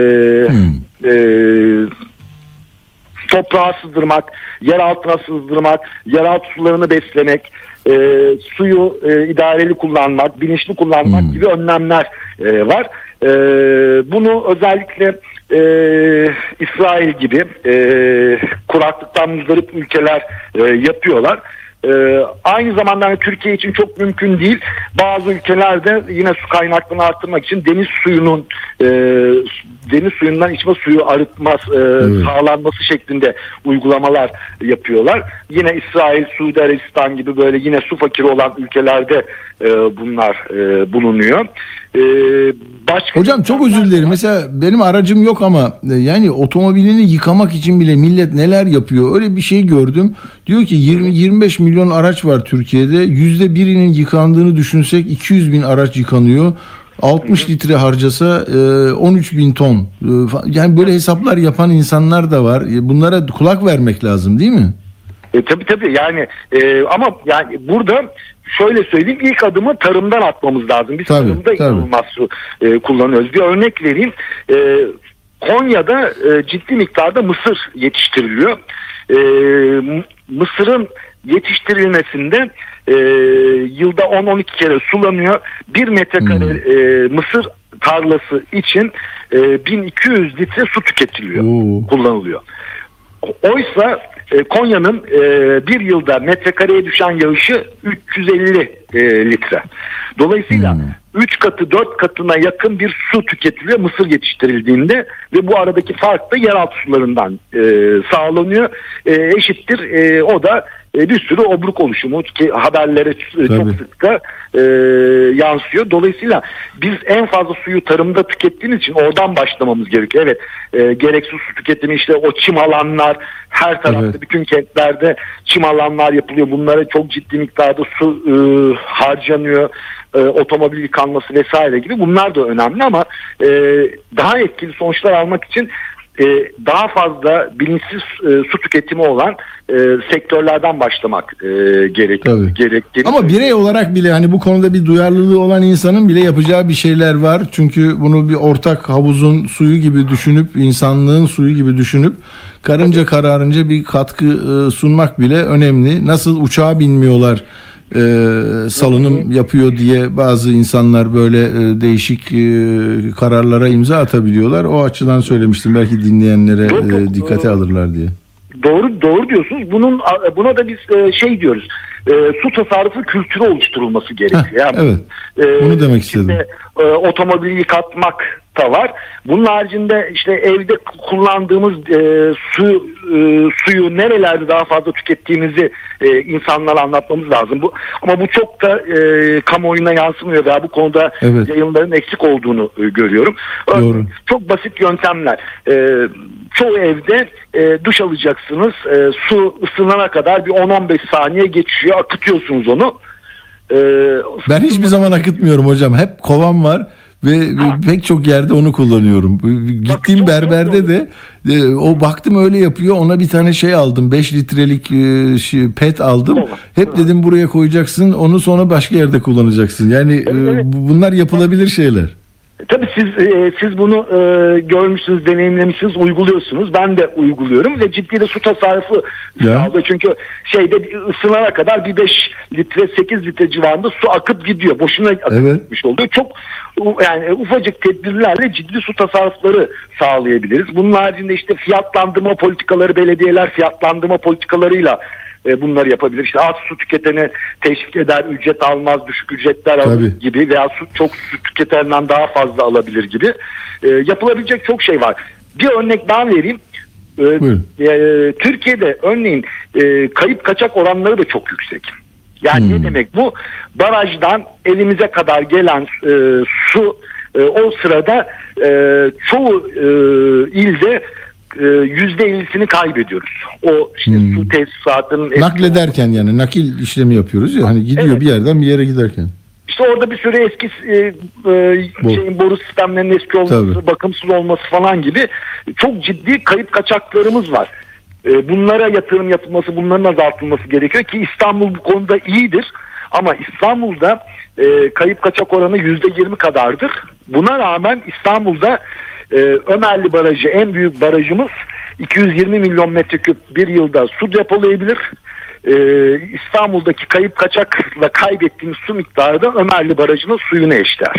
toprağa sızdırmak, yer altına sızdırmak, yeraltı sularını beslemek, suyu idareli kullanmak, bilinçli kullanmak gibi önlemler var. Bunu özellikle İsrail gibi kuraklıktan muzdarip ülkeler yapıyorlar. Aynı zamanda hani Türkiye için çok mümkün değil. Bazı ülkelerde yine su kaynaklarını arttırmak için deniz suyundan içme suyu arıtması sağlanması şeklinde uygulamalar yapıyorlar. Yine İsrail, Suudi Arabistan gibi böyle yine su fakiri olan ülkelerde bunlar bulunuyor. Hocam çok özür dilerim. Mesela benim aracım yok ama yani otomobilini yıkamak için bile millet neler yapıyor. Öyle bir şey gördüm. Diyor ki 20-25 milyon araç var Türkiye'de. %1'inin yıkandığını düşünsek 200 bin araç yıkanıyor. 60 litre harcasa 13 bin ton. Yani böyle hesaplar yapan insanlar da var. Bunlara kulak vermek lazım değil mi? Tabii yani ama yani burada şöyle söyleyeyim, ilk adımı tarımdan atmamız lazım. Biz Tabii. tarımda inanılmaz su kullanıyoruz. Bir örnek vereyim. Konya'da ciddi miktarda mısır yetiştiriliyor. Mısırın yetiştirilmesinde yılda 10-12 kere sulanıyor. 1 metrekare mısır tarlası için 1200 litre su tüketiliyor, kullanılıyor. Oysa Konya'nın bir yılda metrekareye düşen yağışı 350 litre. Dolayısıyla 3 katı 4 katına yakın bir su tüketiliyor mısır yetiştirildiğinde ve bu aradaki fark da yeraltı sularından sağlanıyor. Eşittir o da bir sürü obruk oluşumu ki haberlere çok sıkça yansıyor. Dolayısıyla biz en fazla suyu tarımda tükettiğimiz için oradan başlamamız gerekiyor. Evet, gereksiz su tüketimi, işte o çim alanlar, her tarafta bütün kentlerde çim alanlar yapılıyor. Bunlara çok ciddi miktarda su harcanıyor. Otomobil yıkanması vesaire gibi, bunlar da önemli ama daha etkili sonuçlar almak için daha fazla bilinçsiz su tüketimi olan sektörlerden başlamak gerektiğini. Ama birey olarak bile hani bu konuda bir duyarlılığı olan insanın bile yapacağı bir şeyler var. Çünkü bunu bir ortak havuzun suyu gibi düşünüp, insanlığın suyu gibi düşünüp karınca kararınca bir katkı sunmak bile önemli. Nasıl uçağa binmiyorlar salınım yapıyor diye bazı insanlar böyle değişik kararlara imza atabiliyorlar. O açıdan söylemiştim. Belki dinleyenlere dikkate alırlar diye. Doğru diyorsunuz. Buna da biz şey diyoruz. Su tasarrufu kültürü oluşturulması gerekiyor. Yani, bunu demek istedim. Otomobili yıkatmak da var. Bunun haricinde işte evde kullandığımız suyu nerelerde daha fazla tükettiğimizi insanlara anlatmamız lazım. Ama bu çok da kamuoyuna yansımıyor veya bu konuda yayınların eksik olduğunu görüyorum. Doğru. Çok basit yöntemler. Çoğu evde duş alacaksınız. Su ısınana kadar bir 10-15 saniye geçiyor. Akıtıyorsunuz onu. Ben hiçbir zaman akıtmıyorum hocam. Hep kovam var. Ve pek çok yerde onu kullanıyorum. Gittiğim berberde de o baktım öyle yapıyor. Ona bir tane şey aldım. 5 litrelik pet aldım. Hep dedim buraya koyacaksın. Onu sonra başka yerde kullanacaksın. Yani bunlar yapılabilir şeyler. Tabii siz bunu görmüşsünüz, deneyimlemişsiniz, uyguluyorsunuz. Ben de uyguluyorum ve ciddi de su tasarrufu sağlıyor. Çünkü ısınana kadar bir 5 litre, 8 litre civarında su akıp gidiyor. Boşuna akıtmış oluyor. Çok yani ufacık tedbirlerle ciddi su tasarrufları sağlayabiliriz. Bunun haricinde işte fiyatlandırma politikaları, belediyeler fiyatlandırma politikalarıyla bunları yapabilir. İşte az su tüketeni teşvik eder, ücret almaz, düşük ücretler alır gibi veya çok su tüketenden daha fazla alabilir gibi. Yapılabilecek çok şey var. Bir örnek daha vereyim. Türkiye'de örneğin kayıp kaçak oranları da çok yüksek. Yani ne demek bu? Barajdan elimize kadar gelen su o sırada çoğu ilde %50'sini kaybediyoruz. O işte su tesisatının naklederken, yani nakil işlemi yapıyoruz ya, hani gidiyor bir yerden bir yere giderken. İşte orada bir süre eski boru sistemlerinin eski olması, bakımsız olması falan gibi çok ciddi kayıp kaçaklarımız var. Bunlara yatırım yapılması, bunların azaltılması gerekiyor ki İstanbul bu konuda iyidir. Ama İstanbul'da kayıp kaçak oranı %20 kadardır. Buna rağmen İstanbul'da Ömerli Barajı, en büyük barajımız, 220 milyon metreküp bir yılda su depolayabilir. İstanbul'daki kayıp kaçakla kaybettiğimiz su miktarı da Ömerli Barajı'nın suyuna eşdeğer.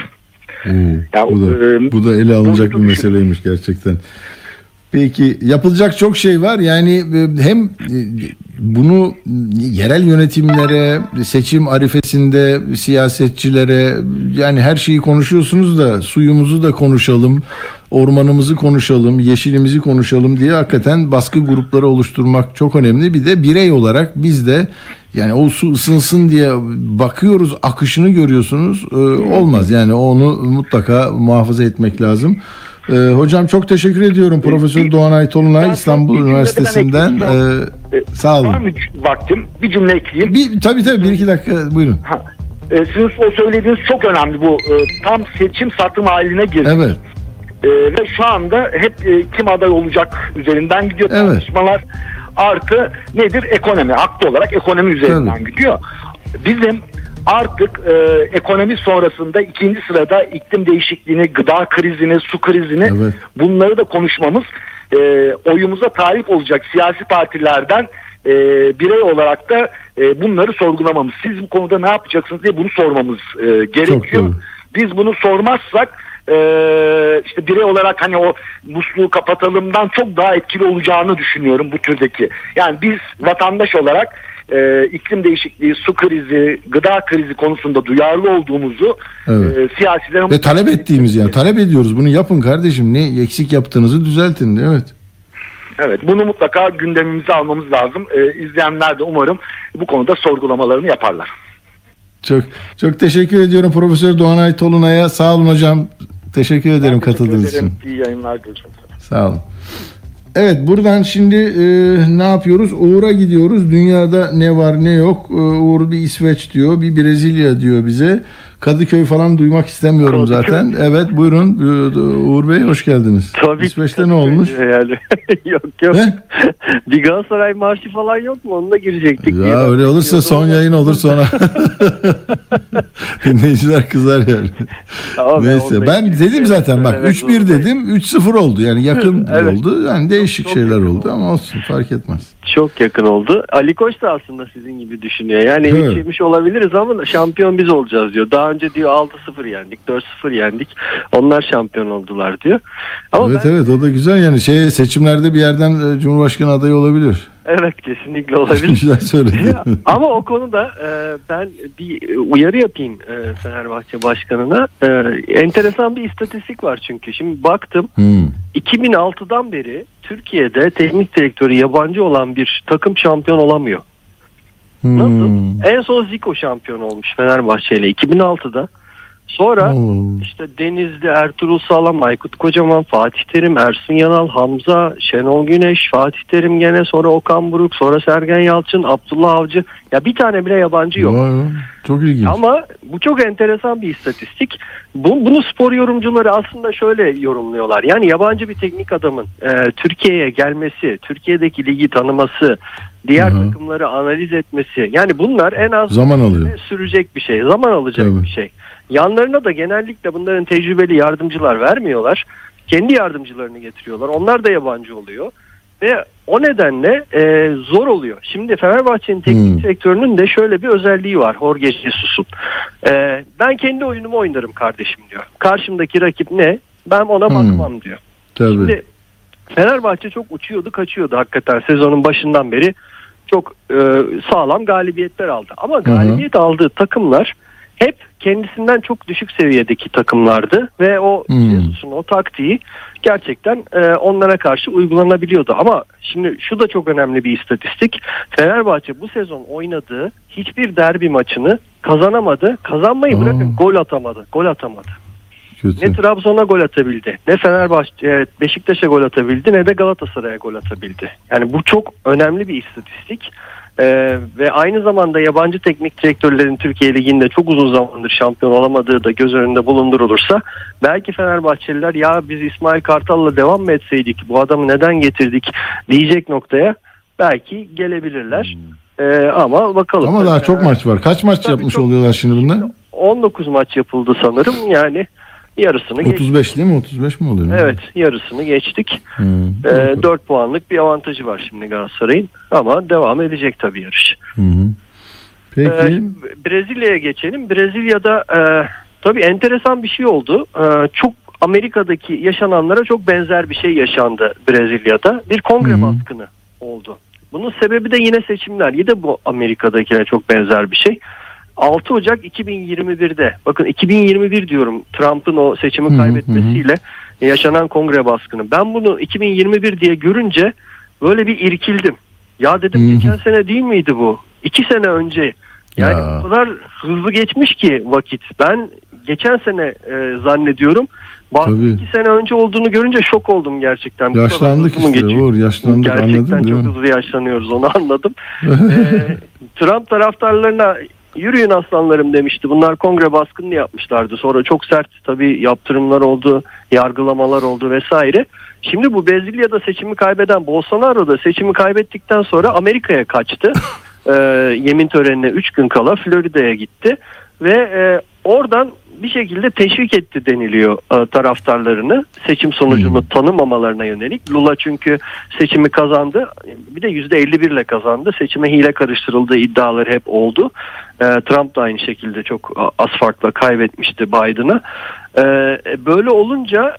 Bu da ele alınacak bir meseleymiş gerçekten. Peki, yapılacak çok şey var. Yani hem bunu yerel yönetimlere, seçim arifesinde siyasetçilere, yani her şeyi konuşuyorsunuz da suyumuzu da konuşalım, ormanımızı konuşalım, yeşilimizi konuşalım diye hakikaten baskı grupları oluşturmak çok önemli. Bir de birey olarak biz de, yani o su ısınsın diye bakıyoruz, akışını görüyorsunuz, olmaz. Yani onu mutlaka muhafaza etmek lazım. Hocam çok teşekkür ediyorum. Profesör Doğanay Tolunay, İstanbul Üniversitesi'nden. Sağ olun. Var mı vaktim? Bir cümle ekleyeyim. Tabii 1-2 dakika buyurun. Sizin o söylediğiniz çok önemli bu. Tam seçim satım haline girdi. Evet. Ve şu anda hep kim aday olacak üzerinden gidiyor tartışmalar. Artı nedir? Ekonomi. Haklı olarak ekonomi üzerinden gidiyor. Bizim artık ekonomi sonrasında ikinci sırada iklim değişikliğini, gıda krizini, su krizini, bunları da konuşmamız, oyumuza talip olacak siyasi partilerden birey olarak da bunları sorgulamamız. Siz bu konuda ne yapacaksınız diye bunu sormamız gerekiyor. Biz bunu sormazsak işte birey olarak hani o musluğu kapatalımdan çok daha etkili olacağını düşünüyorum bu türdeki. Yani biz vatandaş olarak iklim değişikliği, su krizi, gıda krizi konusunda duyarlı olduğumuzu siyasilerin... Ve talep ettiğimiz, yani talep ediyoruz, bunu yapın kardeşim, ne eksik yaptığınızı düzeltin. Evet, bunu mutlaka gündemimize almamız lazım. İzleyenler de umarım bu konuda sorgulamalarını yaparlar. Çok teşekkür ediyorum Profesör Doğanay Tolunay'a. Sağ olun hocam. Teşekkür ederim katıldığınız için. İyi yayınlar, görüşmek üzere. Sağ olun. Evet, buradan şimdi ne yapıyoruz? Uğur'a gidiyoruz. Dünyada ne var ne yok. Uğur bir İsveç diyor, bir Brezilya diyor bize. Kadıköy falan duymak istemiyorum zaten. Evet, buyurun Uğur Bey, hoş geldiniz. Tabii. İsveç'te ne olmuş? Yani. yok. Bir Galatasaray marşı falan yok mu? Onunla girecektik. Ya öyle olursa son yayın olur sonra. Dinleyiciler kızar yani. Tamam, neyse, ben dedim zaten bak, 3-1 dedim, 3-0 oldu. Yani yakın oldu. Yani değişik çok şeyler oldu ama olsun, fark etmez. Çok yakın oldu. Ali Koç da aslında sizin gibi düşünüyor. Yani hiç yemiş olabiliriz ama şampiyon biz olacağız diyor. Daha önce diyor 6-0 yendik, 4-0 yendik. Onlar şampiyon oldular diyor. Ama evet, o da güzel yani, seçimlerde bir yerden Cumhurbaşkanı adayı olabilir. Evet, kesinlikle olabilir. Güzel söyledi. Ama o konuda ben bir uyarı yapayım Fenerbahçe Başkanı'na. Enteresan bir istatistik var çünkü. Şimdi baktım 2006'dan beri Türkiye'de teknik direktörü yabancı olan bir takım şampiyon olamıyor. Nasıl? En son Zico şampiyon olmuş Fenerbahçe ile 2006'da. Sonra işte Denizli, Ertuğrul Sağlam, Aykut Kocaman, Fatih Terim, Ersun Yanal, Hamza, Şenol Güneş, Fatih Terim gene, sonra Okan Buruk, sonra Sergen Yalçın, Abdullah Avcı. Ya bir tane bile yabancı yok. Çok ilginç. Ama bu çok enteresan bir istatistik. Bunu spor yorumcuları aslında şöyle yorumluyorlar. Yani yabancı bir teknik adamın Türkiye'ye gelmesi, Türkiye'deki ligi tanıması, diğer takımları analiz etmesi. Yani bunlar en az zaman alıyor. Sürecek bir şey, zaman alacak bir şey. Yanlarına da genellikle bunların tecrübeli yardımcılar vermiyorlar. Kendi yardımcılarını getiriyorlar. Onlar da yabancı oluyor. Ve o nedenle zor oluyor. Şimdi Fenerbahçe'nin teknik direktörünün de şöyle bir özelliği var. Jorge Jesus'un. Ben kendi oyunumu oynarım kardeşim diyor. Karşımdaki rakip ne? Ben ona bakmam diyor. Tabii. Şimdi Fenerbahçe çok uçuyordu, kaçıyordu hakikaten sezonun başından beri. Çok sağlam galibiyetler aldı. Ama galibiyet aldığı takımlar hep kendisinden çok düşük seviyedeki takımlardı ve o Jesus'un o taktiği gerçekten onlara karşı uygulanabiliyordu. Ama şimdi şu da çok önemli bir istatistik. Fenerbahçe bu sezon oynadığı hiçbir derbi maçını kazanamadı. Kazanmayı bırakın, gol atamadı. Kötü. Ne Trabzon'a gol atabildi, ne Fenerbahçe, Beşiktaş'a gol atabildi, ne de Galatasaray'a gol atabildi. Yani bu çok önemli bir istatistik. Ve aynı zamanda yabancı teknik direktörlerin Türkiye Ligi'nde çok uzun zamandır şampiyon olamadığı da göz önünde bulundurulursa belki Fenerbahçeliler ya biz İsmail Kartal'la devam mı etseydik, bu adamı neden getirdik diyecek noktaya belki gelebilirler. Ama bakalım. Ama daha çok maç var. Kaç maç yapmış oluyorlar şimdi bunlar? 19 maç yapıldı sanırım. Yani yarısını 35 değil mi? 35 mi oluyor? Evet, yarısını geçtik. 4 puanlık bir avantajı var şimdi Galatasaray'ın. Ama devam edecek tabii yarış. Peki. Brezilya'ya geçelim. Brezilya'da tabii enteresan bir şey oldu. Çok Amerika'daki yaşananlara çok benzer bir şey yaşandı Brezilya'da. Bir kongre baskını oldu. Bunun sebebi de yine seçimler. Yine bu Amerika'dakine çok benzer bir şey. 6 Ocak 2021'de, bakın 2021 diyorum, Trump'ın o seçimi kaybetmesiyle yaşanan kongre baskını. Ben bunu 2021 diye görünce böyle bir irkildim. Ya dedim geçen sene değil miydi bu? 2 sene önce. Yani o kadar hızlı geçmiş ki vakit. Ben geçen sene zannediyorum. 2 sene önce olduğunu görünce şok oldum gerçekten. Yaşlandık işte Uğur, yaşlandık, gerçekten çok hızlı yaşlanıyoruz, onu anladım. Trump taraftarlarına yürüyün aslanlarım demişti. Bunlar kongre baskını yapmışlardı. Sonra çok sert tabii yaptırımlar oldu, yargılamalar oldu vesaire. Şimdi bu Brezilya'da seçimi kaybeden Bolsonaro da seçimi kaybettikten sonra Amerika'ya kaçtı. yemin törenine 3 gün kala Florida'ya gitti ve oradan bir şekilde teşvik etti deniliyor taraftarlarını seçim sonucunu tanımamalarına yönelik. Lula çünkü seçimi kazandı. Bir de %51 ile kazandı. Seçime hile karıştırıldığı iddiaları hep oldu. Trump da aynı şekilde çok az farkla kaybetmişti Biden'a. Böyle olunca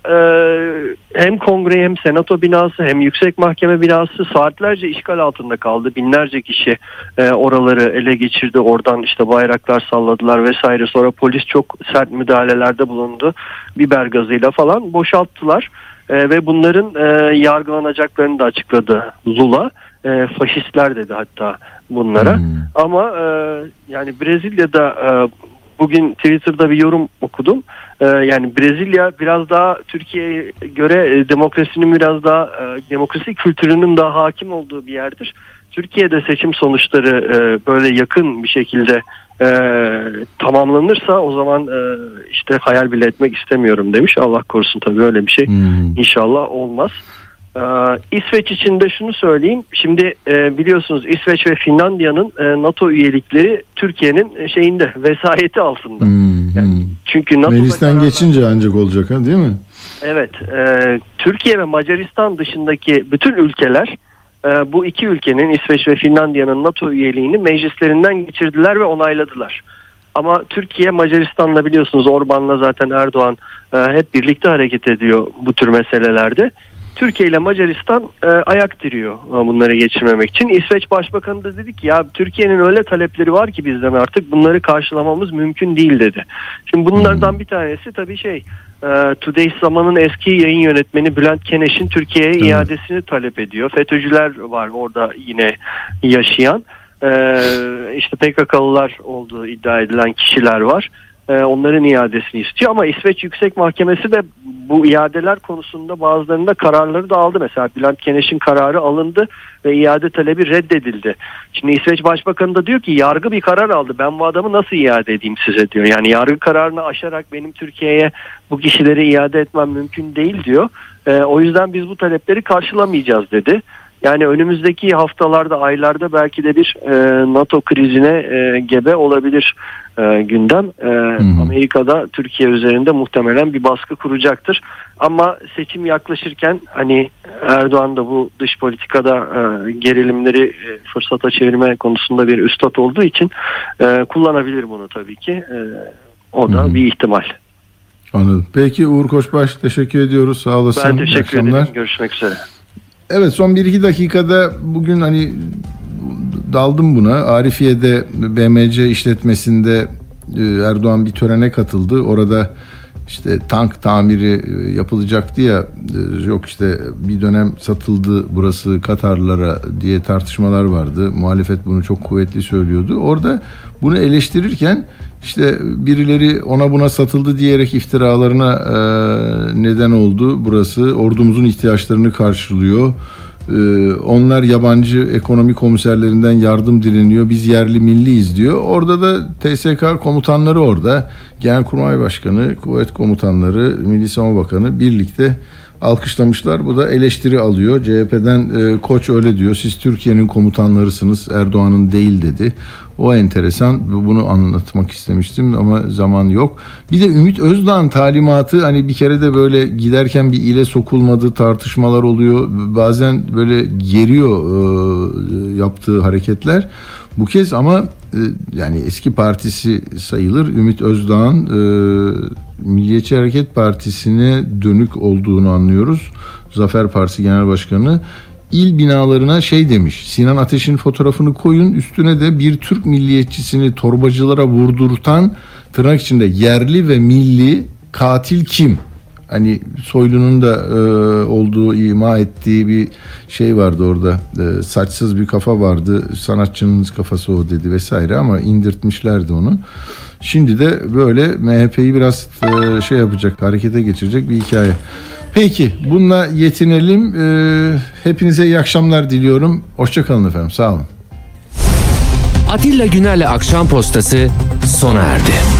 hem kongre hem senato binası hem yüksek mahkeme binası saatlerce işgal altında kaldı. Binlerce kişi oraları ele geçirdi. Oradan işte bayraklar salladılar vesaire. Sonra polis çok sert müdahalelerde bulundu. Biber gazıyla falan boşalttılar. Ve bunların yargılanacaklarını da açıkladı Lula. Faşistler dedi hatta bunlara. Ama yani Brezilya'da bugün Twitter'da bir yorum okudum. Yani Brezilya biraz daha Türkiye'ye göre demokrasinin biraz daha demokrasi kültürünün daha hakim olduğu bir yerdir. Türkiye'de seçim sonuçları böyle yakın bir şekilde tamamlanırsa o zaman işte hayal bile etmek istemiyorum demiş. Allah korusun tabii öyle bir şey. İnşallah olmaz. İsveç için de şunu söyleyeyim. Şimdi biliyorsunuz İsveç ve Finlandiya'nın NATO üyelikleri Türkiye'nin vesayeti altında. Yani çünkü meclisten geçince ancak olacak değil mi? Evet. Türkiye ve Macaristan dışındaki bütün ülkeler bu iki ülkenin İsveç ve Finlandiya'nın NATO üyeliğini meclislerinden geçirdiler ve onayladılar. Ama Türkiye Macaristan'la biliyorsunuz Orban'la zaten Erdoğan hep birlikte hareket ediyor bu tür meselelerde. Türkiye ile Macaristan ayak diriyor bunları geçirmemek için. İsveç Başbakanı da dedi ki ya Türkiye'nin öyle talepleri var ki bizden artık bunları karşılamamız mümkün değil dedi. Şimdi bunlardan bir tanesi tabii Today's Zaman'ın eski yayın yönetmeni Bülent Keneş'in Türkiye'ye iadesini talep ediyor. FETÖ'cüler var orada yine yaşayan. İşte PKK'lılar olduğu iddia edilen kişiler var. Onların iadesini istiyor ama İsveç Yüksek Mahkemesi de bu iadeler konusunda bazılarında kararları da aldı. Mesela Bülent Keneş'in kararı alındı ve iade talebi reddedildi. Şimdi İsveç Başbakanı da diyor ki yargı bir karar aldı. Ben bu adamı nasıl iade edeyim size diyor. Yani yargı kararını aşarak benim Türkiye'ye bu kişileri iade etmem mümkün değil diyor. O yüzden biz bu talepleri karşılamayacağız dedi. Yani önümüzdeki haftalarda, aylarda belki de bir NATO krizine gebe olabilir gündem. Amerika'da Türkiye üzerinde muhtemelen bir baskı kuracaktır. Ama seçim yaklaşırken hani Erdoğan da bu dış politikada gerilimleri fırsata çevirme konusunda bir üstad olduğu için kullanabilir bunu tabii ki. O da bir ihtimal. Anladım. Peki Uğur Koçbaş teşekkür ediyoruz. Sağ olasın. Ben teşekkür ederim. Görüşmek üzere. Evet son 1-2 dakikada bugün hani daldım buna. Arifiye'de BMC işletmesinde Erdoğan bir törene katıldı. Orada işte tank tamiri yapılacaktı ya yok işte bir dönem satıldı burası Katarlılara diye tartışmalar vardı. Muhalefet bunu çok kuvvetli söylüyordu. Orada bunu eleştirirken işte birileri ona buna satıldı diyerek iftiralarına neden oldu. Burası ordumuzun ihtiyaçlarını karşılıyor. Onlar yabancı ekonomi komiserlerinden yardım dileniyor. Biz yerli milliyiz diyor. Orada da TSK komutanları orada. Genelkurmay Başkanı, kuvvet komutanları, Milli Savunma Bakanı birlikte alkışlamışlar. Bu da eleştiri alıyor. CHP'den Koç öyle diyor. Siz Türkiye'nin komutanlarısınız. Erdoğan'ın değil dedi. O enteresan. Bunu anlatmak istemiştim ama zaman yok. Bir de Ümit Özdağ'ın talimatı hani bir kere de böyle giderken bir ile sokulmadı tartışmalar oluyor. Bazen böyle geriyor yaptığı hareketler. Bu kez ama yani eski partisi sayılır. Ümit Özdağ'ın Milliyetçi Hareket Partisi'ne dönük olduğunu anlıyoruz. Zafer Partisi Genel Başkanı İl binalarına demiş. Sinan Ateş'in fotoğrafını koyun. Üstüne de bir Türk milliyetçisini torbacılara vurdurtan tırnak içinde yerli ve milli katil kim? Hani Soylu'nun da olduğu ima ettiği bir vardı orada. Saçsız bir kafa vardı. Sanatçının kafası o dedi vesaire ama indirtmişlerdi onu. Şimdi de böyle MHP'yi biraz yapacak, harekete geçirecek bir hikaye. Peki bununla yetinelim. Hepinize iyi akşamlar diliyorum. Hoşça kalın efendim. Sağ olun. Atilla Güner'le Akşam Postası sona erdi.